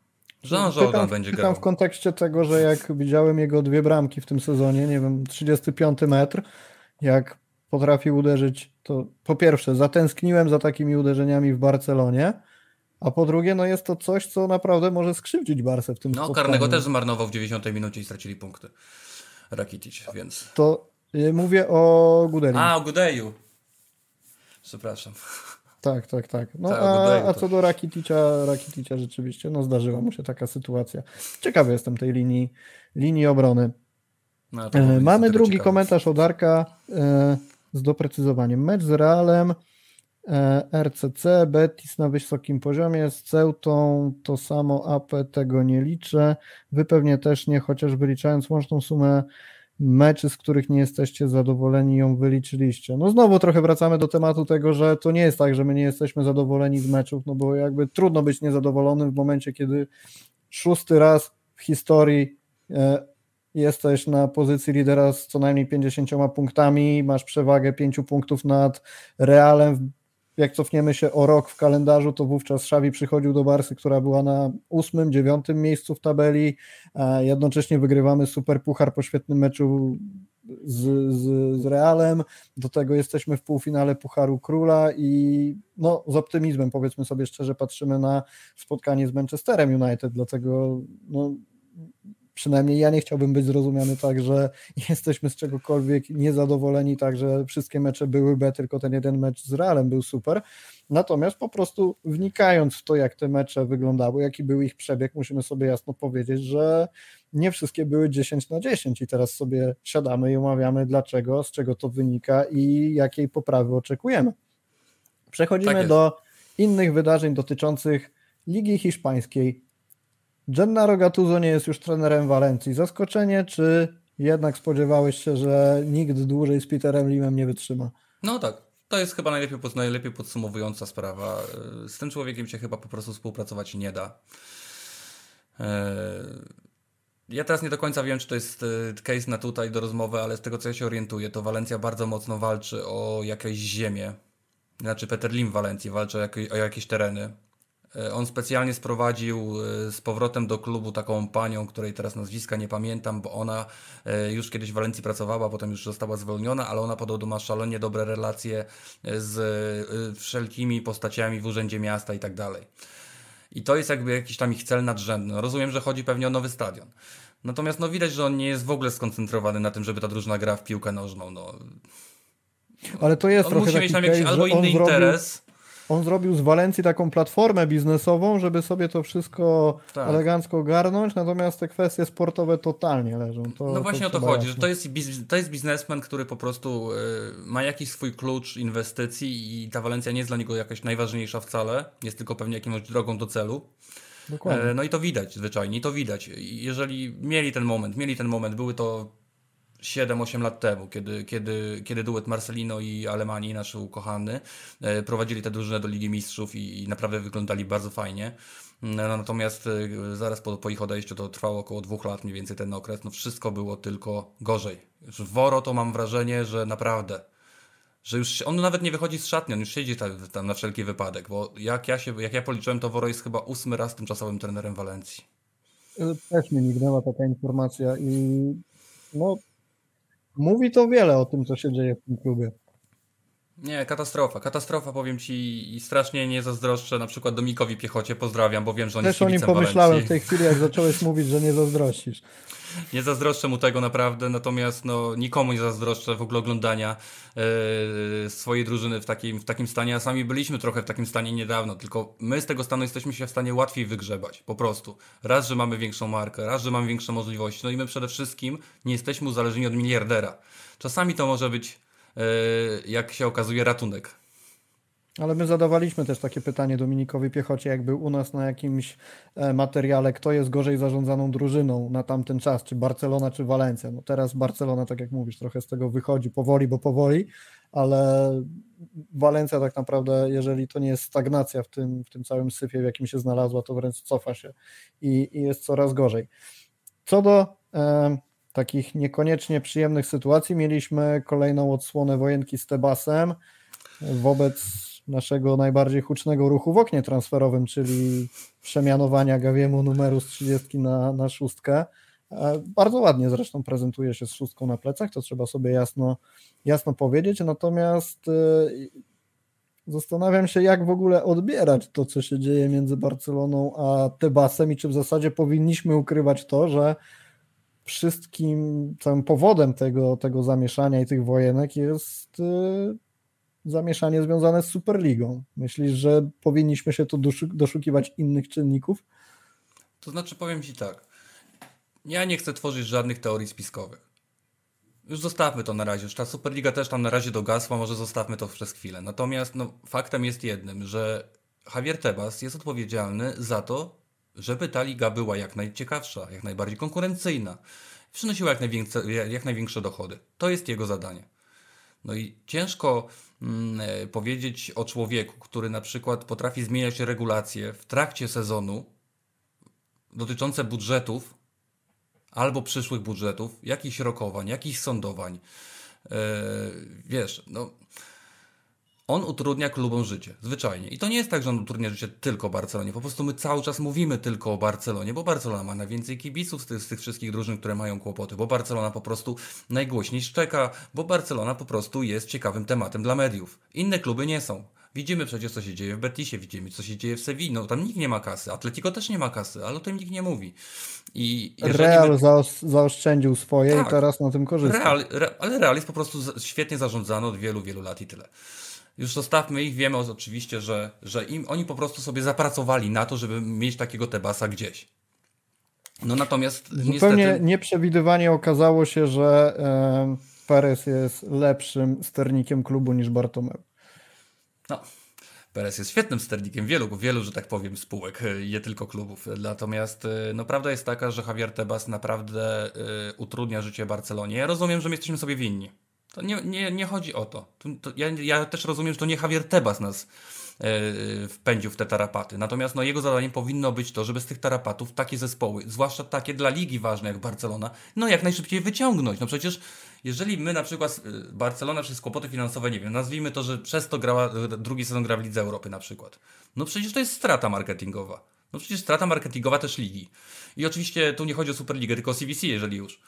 Jean Pytam, Jordan będzie pytam w grał. kontekście tego, że jak widziałem jego dwie bramki w tym sezonie, nie wiem, trzydziesty piąty metr, jak potrafił uderzyć, to po pierwsze zatęskniłem za takimi uderzeniami w Barcelonie, a po drugie, no jest to coś, co naprawdę może skrzywdzić Barsę w tym No, spotkaniu. karnego też zmarnował w dziewięćdziesiątej minucie i stracili punkty. Rakitic, więc... To y, mówię o Gudelim. A, o Gudeju. Przepraszam. Tak, tak, tak. No Tak, a, Gudeju a to- co do Rakitica, Rakitica rzeczywiście, no zdarzyła mu się taka sytuacja. Ciekawy jestem tej linii, linii obrony. No, to E, było Mamy niestety drugi ciekawe. komentarz od Arka e, z doprecyzowaniem. Mecz z Realem, e, R C C, Betis na wysokim poziomie, z Ceutą to samo, A P tego nie liczę. Wy pewnie też nie, chociaż wyliczając łączną sumę meczy, z których nie jesteście zadowoleni, ją wyliczyliście. No znowu trochę wracamy do tematu tego, że to nie jest tak, że my nie jesteśmy zadowoleni z meczów, no bo jakby trudno być niezadowolonym w momencie, kiedy szósty raz w historii e, jesteś na pozycji lidera z co najmniej pięćdziesięcioma punktami, masz przewagę pięciu punktów nad Realem. Jak cofniemy się o rok w kalendarzu, to wówczas Xavi przychodził do Barsy, która była na ósmym, dziewiątym miejscu w tabeli, a jednocześnie wygrywamy super puchar po świetnym meczu z, z, z Realem, do tego jesteśmy w półfinale Pucharu Króla i no, z optymizmem, powiedzmy sobie szczerze, patrzymy na spotkanie z Manchesterem United, dlatego no, przynajmniej ja nie chciałbym być zrozumiany tak, że jesteśmy z czegokolwiek niezadowoleni, tak, że wszystkie mecze były B, tylko ten jeden mecz z Realem był super. Natomiast po prostu wnikając w to, jak te mecze wyglądały, jaki był ich przebieg, musimy sobie jasno powiedzieć, że nie wszystkie były dziesięć na dziesięć i teraz sobie siadamy i omawiamy dlaczego, z czego to wynika i jakiej poprawy oczekujemy. Przechodzimy Tak jest. do innych wydarzeń dotyczących Ligi Hiszpańskiej. Gennaro Gattuso nie jest już trenerem Walencji. Zaskoczenie, czy jednak spodziewałeś się, że nikt dłużej z Peterem Limem nie wytrzyma? No tak, to jest chyba najlepiej, pod- najlepiej podsumowująca sprawa. Z tym człowiekiem się chyba po prostu współpracować nie da. Eee, Ja teraz nie do końca wiem, czy to jest e, case na tutaj do rozmowy, ale z tego co ja się orientuję, to Walencja bardzo mocno walczy o jakąś ziemię. Znaczy Peter Lim w Walencji walczy o, jakie, o jakieś tereny. E, On specjalnie sprowadził e, z powrotem do klubu taką panią, której teraz nazwiska nie pamiętam, bo ona e, już kiedyś w Walencji pracowała, potem już została zwolniona, ale ona podobno ma szalenie dobre relacje z e, wszelkimi postaciami w urzędzie miasta i tak dalej. I to jest jakby jakiś tam ich cel nadrzędny. No, rozumiem, że chodzi pewnie o nowy stadion. Natomiast no widać, że on nie jest w ogóle skoncentrowany na tym, żeby ta drużyna grała w piłkę nożną. No. Ale to jest On trochę musi taki mieć tam jakiś case, albo że on inny zrobił, interes. on zrobił z Walencji taką platformę biznesową, żeby sobie to wszystko Tak. elegancko garnąć, natomiast te kwestie sportowe totalnie leżą. To, No właśnie o to trzeba chodzi, że jasno. to jest, biz- to jest biznesmen, który po prostu y, ma jakiś swój klucz inwestycji i ta Walencja nie jest dla niego jakaś najważniejsza wcale, jest tylko pewnie jakąś drogą do celu. Dokładnie. E, No i to widać zwyczajnie, i to widać. I jeżeli mieli ten moment, mieli ten moment, były to siedem osiem lat temu, kiedy, kiedy, kiedy duet Marcelino i Alemani, nasz ukochany, e, prowadzili tę drużynę do Ligi Mistrzów i, i naprawdę wyglądali bardzo fajnie. No, natomiast e, zaraz po, po ich odejściu, to trwało około dwóch lat mniej więcej ten okres, no wszystko było tylko gorzej. Już Woro to mam wrażenie, że naprawdę, że już się- on nawet nie wychodzi z szatni, on już siedzi tam, tam na wszelki wypadek, bo jak ja, się, jak ja policzyłem, to Woro jest chyba ósmy raz tymczasowym trenerem Walencji. Też mi mignęła taka informacja i no mówi to wiele o tym, co się dzieje w tym klubie. Nie, katastrofa, katastrofa, powiem ci, i strasznie nie zazdroszczę na przykład Dominikowi Piechocie, pozdrawiam, bo wiem, że on jest Też o nim kibicem pomyślałem Walencji. w tej chwili, jak zacząłeś mówić, że nie zazdrościsz. Nie zazdroszczę mu tego naprawdę, natomiast no, nikomu nie zazdroszczę w ogóle oglądania e, swojej drużyny w takim, w takim stanie, a sami byliśmy trochę w takim stanie niedawno, tylko my z tego stanu jesteśmy się w stanie łatwiej wygrzebać, po prostu. Raz, że mamy większą markę, raz, że mamy większe możliwości, no i my przede wszystkim nie jesteśmy uzależnieni od miliardera. Czasami to może być, e, jak się okazuje, ratunek. Ale my zadawaliśmy też takie pytanie Dominikowi Piechocie, jak był u nas na jakimś e, materiale, kto jest gorzej zarządzaną drużyną na tamten czas, czy Barcelona, czy Walencja. No teraz Barcelona, tak jak mówisz, trochę z tego wychodzi powoli, bo powoli, ale Walencja tak naprawdę, jeżeli to nie jest stagnacja w tym, w tym całym syfie, w jakim się znalazła, to wręcz cofa się i, i jest coraz gorzej. Co do e, takich niekoniecznie przyjemnych sytuacji, mieliśmy kolejną odsłonę wojenki z Tebasem wobec naszego najbardziej hucznego ruchu w oknie transferowym, czyli przemianowania Gaviemu numeru z trzydziestki na, na szóstkę. Bardzo ładnie zresztą prezentuje się z szóstką na plecach, to trzeba sobie jasno, jasno powiedzieć, natomiast zastanawiam się, jak w ogóle odbierać to, co się dzieje między Barceloną a Tebasem i czy w zasadzie powinniśmy ukrywać to, że wszystkim, całym powodem tego, tego zamieszania i tych wojenek jest zamieszanie związane z Superligą. Myślisz, że powinniśmy się tu doszukiwać innych czynników? To znaczy, powiem Ci tak, ja nie chcę tworzyć żadnych teorii spiskowych. Już zostawmy to na razie, już ta Superliga też tam na razie dogasła, może zostawmy to przez chwilę. Natomiast no, faktem jest jednym, że Javier Tebas jest odpowiedzialny za to, żeby ta liga była jak najciekawsza, jak najbardziej konkurencyjna, przynosiła jak największe, jak największe dochody. To jest jego zadanie. No i ciężko mm, powiedzieć o człowieku, który na przykład potrafi zmieniać regulacje w trakcie sezonu dotyczące budżetów albo przyszłych budżetów, jakichś rokowań, jakichś sądowań. Yy, wiesz, no on utrudnia klubom życie, zwyczajnie. I to nie jest tak, że on utrudnia życie tylko Barcelonie. Po prostu my cały czas mówimy tylko o Barcelonie, bo Barcelona ma najwięcej kibiców z tych, z tych wszystkich drużyn, które mają kłopoty, bo Barcelona po prostu najgłośniej szczeka, bo Barcelona po prostu jest ciekawym tematem dla mediów. Inne kluby nie są. Widzimy przecież, co się dzieje w Betisie, widzimy, co się dzieje w Sewilli. No tam nikt nie ma kasy. Atletico też nie ma kasy, ale o tym nikt nie mówi. I Real my... zaos- zaoszczędził swoje tak, i teraz na tym korzysta. Real, re, ale Real jest po prostu świetnie zarządzany od wielu, wielu lat i tyle. Już zostawmy ich, wiemy oczywiście, że, że im, oni po prostu sobie zapracowali na to, żeby mieć takiego Tebasa gdzieś. No natomiast zupełnie niestety... nieprzewidywanie okazało się, że e, Perez jest lepszym sternikiem klubu niż Bartomeu. No, Perez jest świetnym sternikiem wielu, wielu, że tak powiem, spółek, nie tylko klubów. Natomiast no, prawda jest taka, że Javier Tebas naprawdę y, utrudnia życie Barcelonie. Ja rozumiem, że my jesteśmy sobie winni. To nie, nie, nie chodzi o to. to, to ja, ja też rozumiem, że to nie Javier Tebas nas yy, wpędził w te tarapaty. Natomiast no, jego zadaniem powinno być to, żeby z tych tarapatów takie zespoły, zwłaszcza takie dla ligi ważne jak Barcelona, no jak najszybciej wyciągnąć. No przecież jeżeli my na przykład Barcelona przez kłopoty finansowe, nie wiem, nazwijmy to, że przez to grała, drugi sezon gra w Lidze Europy na przykład. No przecież to jest strata marketingowa. No przecież strata marketingowa też ligi. I oczywiście tu nie chodzi o Superligę, tylko o C V C, jeżeli już.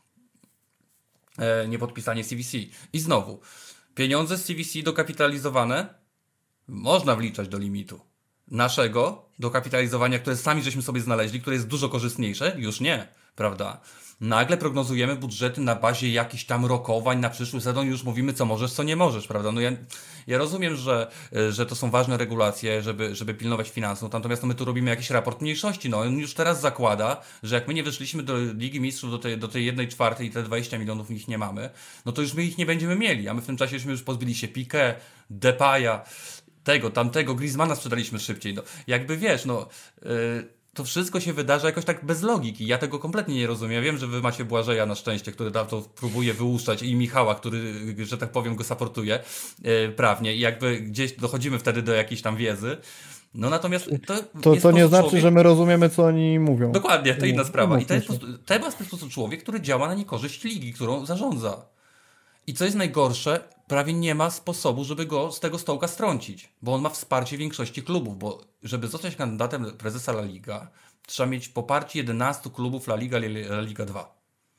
Nie podpisanie C V C. I znowu, pieniądze z C V C dokapitalizowane można wliczać do limitu. Naszego dokapitalizowania, które sami żeśmy sobie znaleźli, które jest dużo korzystniejsze, już nie, prawda? Nagle prognozujemy budżety na bazie jakichś tam rokowań na przyszły sezon i już mówimy, co możesz, co nie możesz, prawda? No ja, ja rozumiem, że, że to są ważne regulacje, żeby, żeby pilnować finansów, natomiast no my tu robimy jakiś raport mniejszości. No on już teraz zakłada, że jak my nie wyszliśmy do Ligi Mistrzów, do tej, do tej jednej czwartej i te dwadzieścia milionów ich nie mamy, no to już my ich nie będziemy mieli, a my w tym czasie już pozbyli się Piqué, Depaya, tego, tamtego, Griezmana sprzedaliśmy szybciej. No, jakby wiesz, no... Yy, to wszystko się wydarza jakoś tak bez logiki. Ja tego kompletnie nie rozumiem. Ja wiem, że wy macie Błażeja na szczęście, który tam to próbuje wyłuszczać i Michała, który, że tak powiem, go supportuje yy, prawnie i jakby gdzieś dochodzimy wtedy do jakiejś tam wiedzy. No natomiast to To, to nie znaczy, człowiek... że my rozumiemy, co oni mówią. Dokładnie, to inna sprawa. I to jest po prostu, Tebas to jest po prostu człowiek, który działa na niekorzyść ligi, którą zarządza. I co jest najgorsze, prawie nie ma sposobu, żeby go z tego stołka strącić, bo on ma wsparcie większości klubów, bo żeby zostać kandydatem prezesa La Liga, trzeba mieć poparcie jedenastu klubów La Liga, La Liga dwa.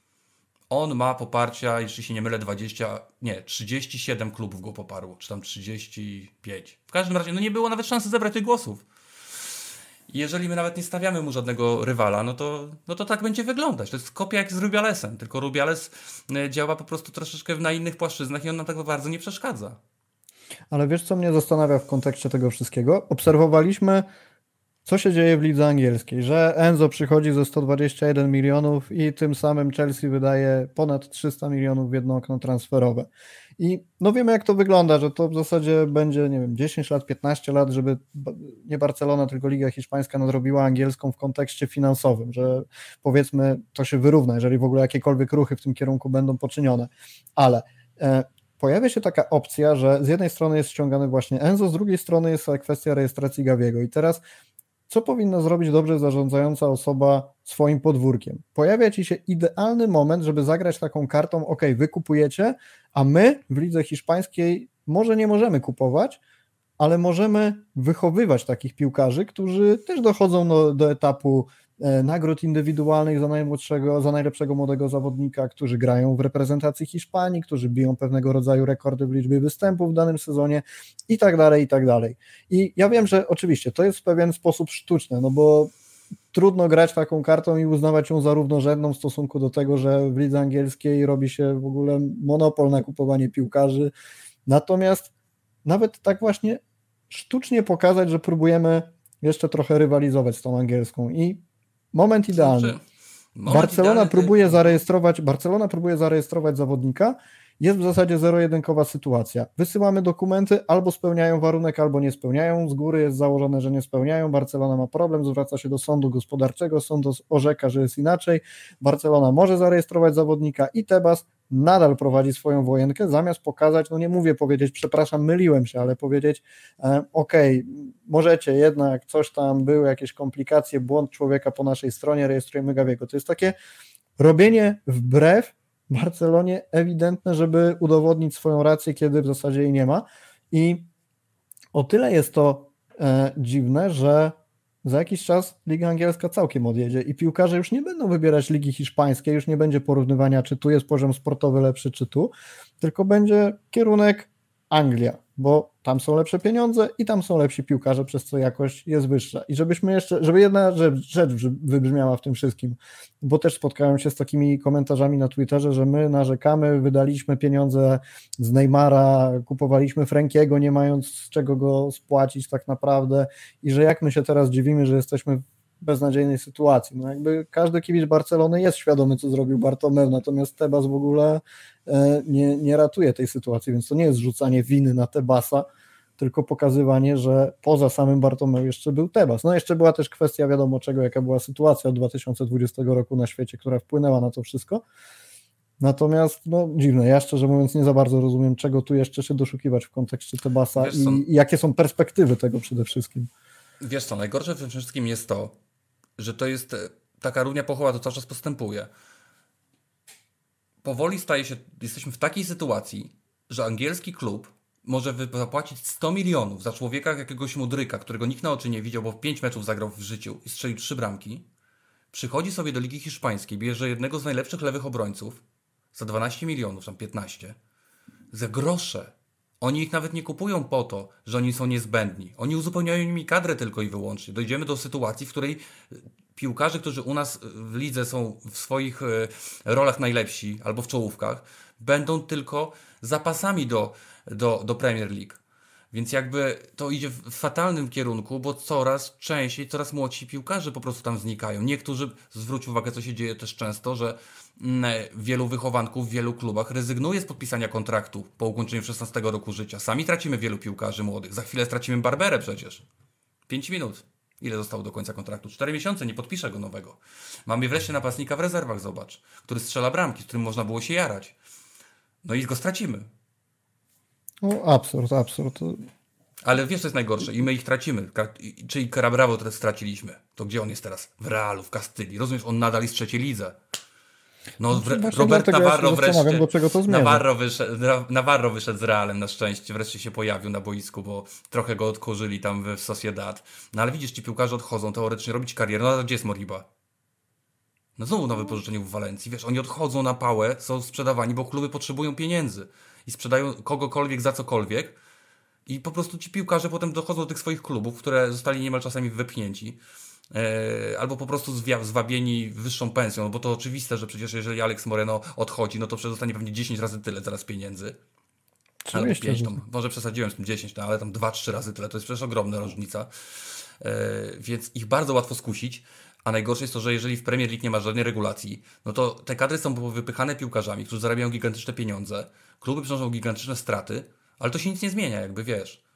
On ma poparcia, jeśli się nie mylę, dwadzieścia, nie, trzydzieści siedem klubów go poparło, czy tam trzydzieści pięć. W każdym razie, no nie było nawet szansy zebrać tych głosów. Jeżeli my nawet nie stawiamy mu żadnego rywala, no to, no to tak będzie wyglądać. To jest kopia jak z Rubialesem, tylko Rubiales działa po prostu troszeczkę na innych płaszczyznach i on nam tak bardzo nie przeszkadza. Ale wiesz, co mnie zastanawia w kontekście tego wszystkiego? Obserwowaliśmy, co się dzieje w lidze angielskiej, że Enzo przychodzi ze sto dwadzieścia jeden milionów i tym samym Chelsea wydaje ponad trzysta milionów w jedno okno transferowe. I no wiemy, jak to wygląda, że to w zasadzie będzie, nie wiem, dziesięć lat, piętnaście lat, żeby nie Barcelona, tylko Liga Hiszpańska nadrobiła angielską w kontekście finansowym, że powiedzmy to się wyrówna, jeżeli w ogóle jakiekolwiek ruchy w tym kierunku będą poczynione. Ale e, pojawia się taka opcja, że z jednej strony jest ściągany właśnie Enzo, z drugiej strony jest kwestia rejestracji Gaviego i teraz co powinna zrobić dobrze zarządzająca osoba swoim podwórkiem? Pojawia ci się idealny moment, żeby zagrać taką kartą, ok, wy kupujecie, a my w lidze hiszpańskiej może nie możemy kupować, ale możemy wychowywać takich piłkarzy, którzy też dochodzą do, do etapu e, nagród indywidualnych za najmłodszego, za najlepszego młodego zawodnika, którzy grają w reprezentacji Hiszpanii, którzy biją pewnego rodzaju rekordy w liczbie występów w danym sezonie i tak dalej, i tak dalej. I ja wiem, że oczywiście to jest w pewien sposób sztuczne, no bo trudno grać taką kartą i uznawać ją za równorzędną w stosunku do tego, że w lidze angielskiej robi się w ogóle monopol na kupowanie piłkarzy, natomiast nawet tak właśnie sztucznie pokazać, że próbujemy jeszcze trochę rywalizować z tą angielską i moment idealny. Znaczy, moment Barcelona idealny próbuje jest... zarejestrować, Barcelona próbuje zarejestrować zawodnika, jest w zasadzie zero-jedynkowa sytuacja. Wysyłamy dokumenty, albo spełniają warunek, albo nie spełniają. Z góry jest założone, że nie spełniają. Barcelona ma problem, zwraca się do sądu gospodarczego, sąd orzeka, że jest inaczej. Barcelona może zarejestrować zawodnika i Tebas nadal prowadzi swoją wojenkę, zamiast pokazać, no nie mówię powiedzieć, przepraszam, myliłem się, ale powiedzieć, e, okej, okay, możecie jednak, coś tam, były jakieś komplikacje, błąd człowieka po naszej stronie, rejestrujemy Gaviego. To jest takie robienie wbrew Barcelonie ewidentne, żeby udowodnić swoją rację, kiedy w zasadzie jej nie ma i o tyle jest to e, dziwne, że za jakiś czas Liga Angielska całkiem odjedzie i piłkarze już nie będą wybierać Ligi Hiszpańskiej, już nie będzie porównywania, czy tu jest poziom sportowy lepszy, czy tu, tylko będzie kierunek Anglia, bo tam są lepsze pieniądze i tam są lepsi piłkarze, przez co jakość jest wyższa. I żebyśmy jeszcze, żeby jedna rzecz, rzecz wybrzmiała w tym wszystkim, bo też spotkałem się z takimi komentarzami na Twitterze, że my narzekamy, wydaliśmy pieniądze z Neymara, kupowaliśmy Frankiego, nie mając z czego go spłacić tak naprawdę i że jak my się teraz dziwimy, że jesteśmy w beznadziejnej sytuacji. No jakby każdy kibic Barcelony jest świadomy, co zrobił Bartomeu, natomiast Tebas w ogóle nie, nie ratuje tej sytuacji, więc to nie jest rzucanie winy na Tebasa, tylko pokazywanie, że poza samym Bartomeu jeszcze był Tebas. No jeszcze była też kwestia wiadomo czego, jaka była sytuacja od dwa tysiące dwudziestego roku na świecie, która wpłynęła na to wszystko. Natomiast no dziwne, ja szczerze mówiąc nie za bardzo rozumiem, czego tu jeszcze się doszukiwać w kontekście Tebasa i, i jakie są perspektywy tego przede wszystkim. Wiesz co, najgorsze w tym wszystkim jest to, że to jest taka równia pochowa, to cały czas postępuje. Powoli staje się, jesteśmy w takiej sytuacji, że angielski klub może zapłacić sto milionów za człowieka jakiegoś Mudryka, którego nikt na oczy nie widział, bo pięć meczów zagrał w życiu i strzelił trzy bramki. Przychodzi sobie do Ligi Hiszpańskiej, bierze jednego z najlepszych lewych obrońców za dwanaście milionów, tam piętnaście, za grosze. Oni ich nawet nie kupują po to, że oni są niezbędni. Oni uzupełniają nimi kadrę tylko i wyłącznie. Dojdziemy do sytuacji, w której piłkarze, którzy u nas w lidze są w swoich rolach najlepsi albo w czołówkach, będą tylko zapasami do, do, do Premier League. Więc jakby to idzie w fatalnym kierunku, bo coraz częściej, coraz młodsi piłkarze po prostu tam znikają. Niektórzy, zwróć uwagę, co się dzieje też często, że wielu wychowanków w wielu klubach rezygnuje z podpisania kontraktu po ukończeniu szesnastego roku życia. Sami tracimy wielu piłkarzy młodych. Za chwilę stracimy Barberę przecież. Pięć minut. Ile zostało do końca kontraktu? Cztery miesiące, nie podpiszę go nowego. Mamy wreszcie napastnika w rezerwach, zobacz, który strzela bramki, z którym można było się jarać. No i go stracimy. No absurd, absurd. Ale wiesz, co jest najgorsze? I my ich tracimy. Czyli Carabravo teraz straciliśmy. To gdzie on jest teraz? W Realu, w Kastylii. Rozumiesz, on nadal jest w trzeciej lidze. No, no Robert Navarro ja wreszcie. Do czego to Navarro, wyszedł, Navarro wyszedł z Realem na szczęście. Wreszcie się pojawił na boisku, bo trochę go odkurzyli tam w Sociedad. No ale widzisz, ci piłkarze odchodzą teoretycznie robić karierę. No a gdzie jest Moriba? No znowu na wypożyczeniu w Walencji. Wiesz, oni odchodzą na pałę, są sprzedawani, bo kluby potrzebują pieniędzy. I sprzedają kogokolwiek za cokolwiek. I po prostu ci piłkarze potem dochodzą do tych swoich klubów, które zostali niemal czasami wypchnięci. Yy, albo po prostu zwia- zwabieni wyższą pensją, no bo to oczywiste, że przecież jeżeli Alex Moreno odchodzi, no to dostanie pewnie dziesięć razy tyle zaraz pieniędzy. Albo pięć, tam, może przesadziłem z tym dziesięć, no, ale tam dwa trzy razy tyle, to jest przecież ogromna różnica. Yy, więc ich bardzo łatwo skusić, a najgorsze jest to, że jeżeli w Premier League nie ma żadnej regulacji, no to te kadry są wypychane piłkarzami, którzy zarabiają gigantyczne pieniądze, kluby przynoszą gigantyczne straty, ale to się nic nie zmienia, jakby wiesz.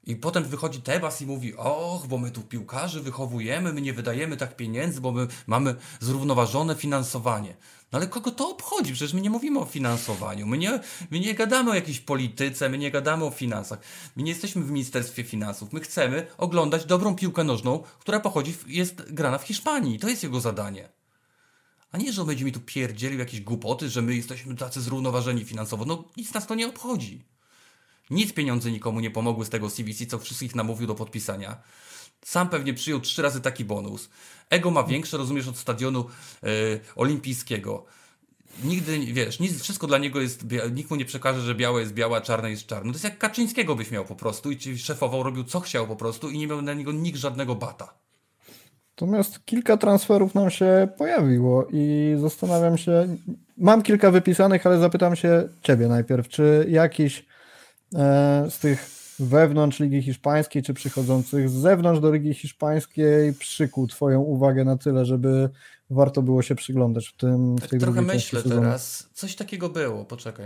I potem wychodzi Tebas i mówi, och, bo my tu piłkarzy wychowujemy, my nie wydajemy tak pieniędzy, bo my mamy zrównoważone finansowanie. No ale kogo to obchodzi? Przecież my nie mówimy o finansowaniu, my nie, my nie gadamy o jakiejś polityce, my nie gadamy o finansach. My nie jesteśmy w Ministerstwie Finansów, my chcemy oglądać dobrą piłkę nożną, która pochodzi, jest grana w Hiszpanii. To jest jego zadanie. A nie, że on będzie mi tu pierdzielił jakieś głupoty, że my jesteśmy tacy zrównoważeni finansowo. No nic nas to nie obchodzi. Nic pieniądze nikomu nie pomogły z tego C V C, co wszystkich namówił do podpisania. Sam pewnie przyjął trzy razy taki bonus. Ego ma większe, rozumiesz, od stadionu yy, olimpijskiego. Nigdy, wiesz, nic, wszystko dla niego jest, nikt mu nie przekaże, że białe jest białe, a czarne jest czarne. To jest jak Kaczyńskiego byś miał po prostu i ci szefował, robił co chciał po prostu i nie miał na niego nikt żadnego bata. Natomiast kilka transferów nam się pojawiło i zastanawiam się, mam kilka wypisanych, ale zapytam się ciebie najpierw, czy jakiś e, z tych wewnątrz Ligi Hiszpańskiej, czy przychodzących z zewnątrz do Ligi Hiszpańskiej przykuł twoją uwagę na tyle, żeby warto było się przyglądać w tym w tej Trochę drugiej myślę części sezonu? teraz, coś takiego było, poczekaj.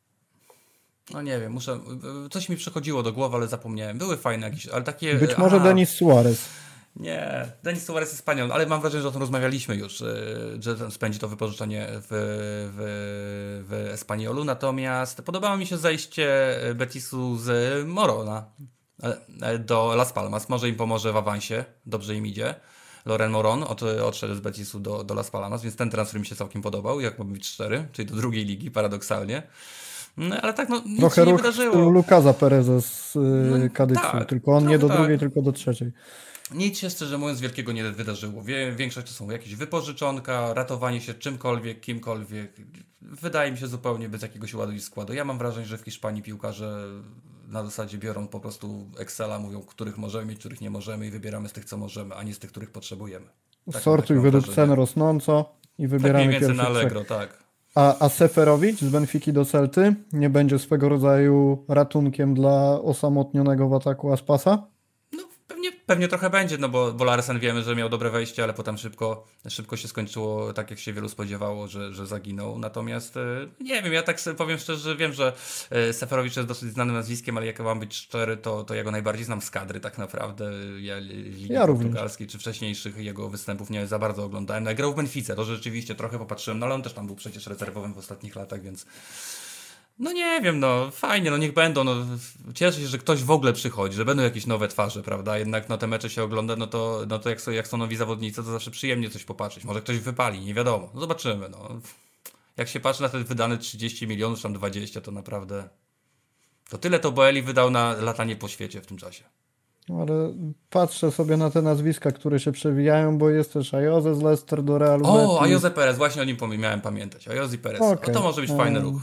No nie wiem, muszę, coś mi przychodziło do głowy, ale zapomniałem. Były fajne jakieś, ale takie... Być może aha. Denis Suarez. Nie, Denis Suarez jest wspaniały, ale mam wrażenie, że o tym rozmawialiśmy już, że spędzi to wypożyczenie w, w, w Espaniolu, natomiast podobało mi się zejście Betisu z Morona do Las Palmas, może im pomoże w awansie, dobrze im idzie. Loren Moron od, odszedł z Betisu do, do Las Palmas, więc ten transfer mi się całkiem podobał, jak ma być cztery, czyli do drugiej ligi, paradoksalnie. No, ale tak, no nic Trochę się nie ruch wydarzyło. Lukaza Pereza z y, No, Kadysu, tak, tylko on nie trochę do drugiej, tak. tylko do trzeciej. Nic się szczerze mówiąc wielkiego nie wydarzyło. Wie, większość to są jakieś wypożyczonka, ratowanie się czymkolwiek, kimkolwiek. Wydaje mi się zupełnie bez jakiegoś ładu i składu. Ja mam wrażenie, że w Hiszpanii piłkarze na zasadzie biorą po prostu Excela, mówią, których możemy mieć, których nie możemy i wybieramy z tych, co możemy, a nie z tych, których potrzebujemy. Tak, Sortuj tak według wrażenie. cen rosnąco i Tak wybieramy mniej więcej pierwszych na trzech. Allegro, tak. A, a Seferowicz z Benfiki do Celty nie będzie swego rodzaju ratunkiem dla osamotnionego w ataku Aspasa? No pewnie, pewnie trochę będzie, no bo, bo Larsen wiemy, że miał dobre wejście, ale potem szybko, szybko się skończyło tak, jak się wielu spodziewało, że, że zaginął. Natomiast e, nie wiem, ja tak sobie powiem szczerze, że wiem, że e, Seferowicz jest dosyć znanym nazwiskiem, ale jak mam być szczery, to, to ja go najbardziej znam z kadry tak naprawdę. Ja Ligi Ja również. Portugalskiej czy wcześniejszych jego występów nie za bardzo oglądałem. No, grał w Benfice, to rzeczywiście trochę popatrzyłem, no ale on też tam był przecież rezerwowym w ostatnich latach, więc no nie wiem, no fajnie, no niech będą, no cieszę się, że ktoś w ogóle przychodzi, że będą jakieś nowe twarze, prawda, jednak no te mecze się ogląda, no to, no to jak, są, jak są nowi zawodnicy, to zawsze przyjemnie coś popatrzeć, może ktoś wypali, nie wiadomo, no zobaczymy, no. Jak się patrzy na te wydane trzydzieści milionów, czy tam dwadzieścia, to naprawdę, to tyle to Boeli wydał na latanie po świecie w tym czasie. Ale patrzę sobie na te nazwiska, które się przewijają, bo jest też Ayoze z Leicester do Realu O, Betis. Ayoze Perez, właśnie o nim pom- miałem pamiętać, Ayoze Perez, Okej. o, to może być fajny Um, ruch.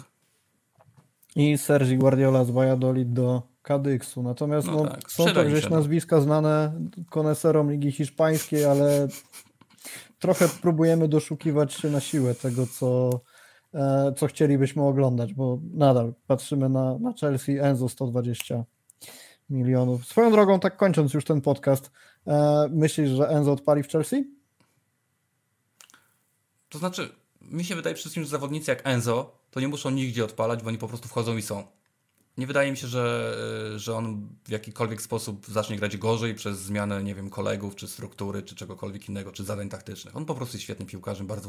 I Sergi Guardiola z Valladolid do Cadixu. Natomiast No no, tak, są to przyda im gdzieś się, no. nazwiska znane koneserom Ligi Hiszpańskiej, ale trochę próbujemy doszukiwać się na siłę tego, co, e, co chcielibyśmy oglądać, bo nadal patrzymy na, na Chelsea, Enzo sto dwadzieścia milionów. Swoją drogą, tak kończąc już ten podcast, e, myślisz, że Enzo odpali w Chelsea? To znaczy, mi się wydaje przede wszystkim, że zawodnicy jak Enzo to nie muszą nigdzie odpalać, bo oni po prostu wchodzą i są. Nie wydaje mi się, że, że on w jakikolwiek sposób zacznie grać gorzej przez zmianę, nie wiem, kolegów, czy struktury, czy czegokolwiek innego, czy zadań taktycznych. On po prostu jest świetnym piłkarzem, bardzo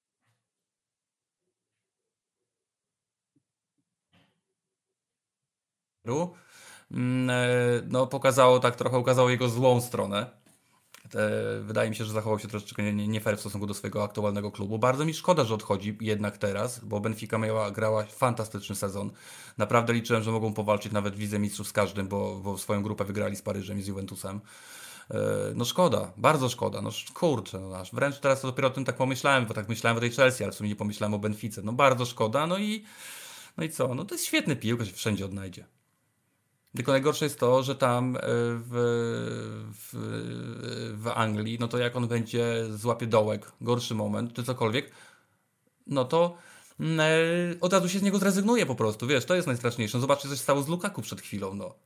Mm, e, no pokazało tak trochę, ukazało jego złą stronę. E, Wydaje mi się, że zachował się troszeczkę nie, nie nie fair w stosunku do swojego aktualnego klubu. Bardzo mi szkoda, że odchodzi jednak teraz, bo Benfica miała, grała fantastyczny sezon. Naprawdę liczyłem, że mogą powalczyć nawet w Lidze Mistrzów z każdym, bo, bo swoją grupę wygrali z Paryżem i z Juventusem. E, No szkoda, bardzo szkoda. No sz- kurczę, no aż wręcz teraz to dopiero o tym tak pomyślałem, bo tak myślałem o tej Chelsea, ale w sumie nie pomyślałem o Benfice. No bardzo szkoda, no i no i co? No to jest świetny piłkarz, się wszędzie odnajdzie. Tylko najgorsze jest to, że tam e, w, w, w Anglii, no to jak on będzie złapie dołek, gorszy moment, czy cokolwiek, no to mm, e, od razu się z niego zrezygnuje po prostu, wiesz, to jest najstraszniejsze. No zobaczcie, co się stało z Lukaku przed chwilą, no.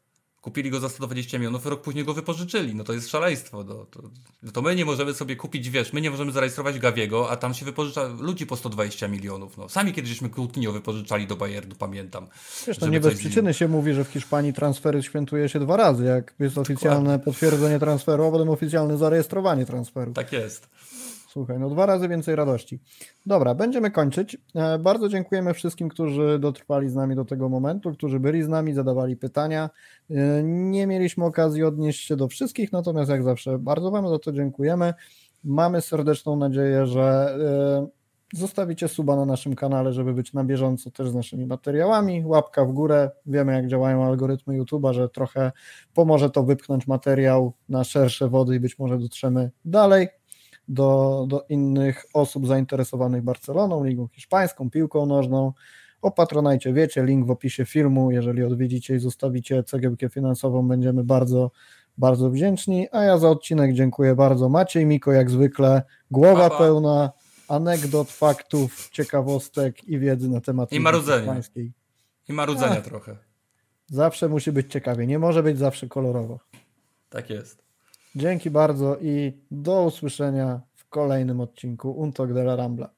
kupili go za sto dwadzieścia milionów, rok później go wypożyczyli. No to jest szaleństwo. No, to, no to my nie możemy sobie kupić, wiesz, my nie możemy zarejestrować Gaviego, a tam się wypożycza ludzi po sto dwadzieścia milionów. No, sami kiedyśmy Coutinho wypożyczali do Bayernu, pamiętam. Wiesz, no nie bez przyczyny się mówi, że w Hiszpanii transfery świętuje się dwa razy. Jak jest oficjalne Dokładnie. potwierdzenie transferu, a potem oficjalne zarejestrowanie transferu. Tak jest. Słuchaj, no dwa razy więcej radości. Dobra, będziemy kończyć. E, bardzo dziękujemy wszystkim, którzy dotrwali z nami do tego momentu, którzy byli z nami, zadawali pytania. E, nie mieliśmy okazji odnieść się do wszystkich, natomiast jak zawsze bardzo Wam za to dziękujemy. Mamy serdeczną nadzieję, że e, zostawicie suba na naszym kanale, żeby być na bieżąco też z naszymi materiałami. Łapka w górę. Wiemy, jak działają algorytmy YouTube'a, że trochę pomoże to wypchnąć materiał na szersze wody i być może dotrzemy dalej. Do, do innych osób zainteresowanych Barceloną, ligą hiszpańską, piłką nożną. O Patronite wiecie, link w opisie filmu. Jeżeli odwiedzicie i zostawicie cegiełkę finansową, będziemy bardzo, bardzo wdzięczni. A ja za odcinek dziękuję bardzo. Maciej, Miko, jak zwykle, głowa Papa. pełna anegdot, faktów, ciekawostek i wiedzy na temat I marudzenia. hiszpańskiej. I marudzenia Ach, trochę. Zawsze musi być ciekawie, nie może być zawsze kolorowo. Tak jest. Dzięki bardzo i do usłyszenia w kolejnym odcinku Un Toque de la Rambla.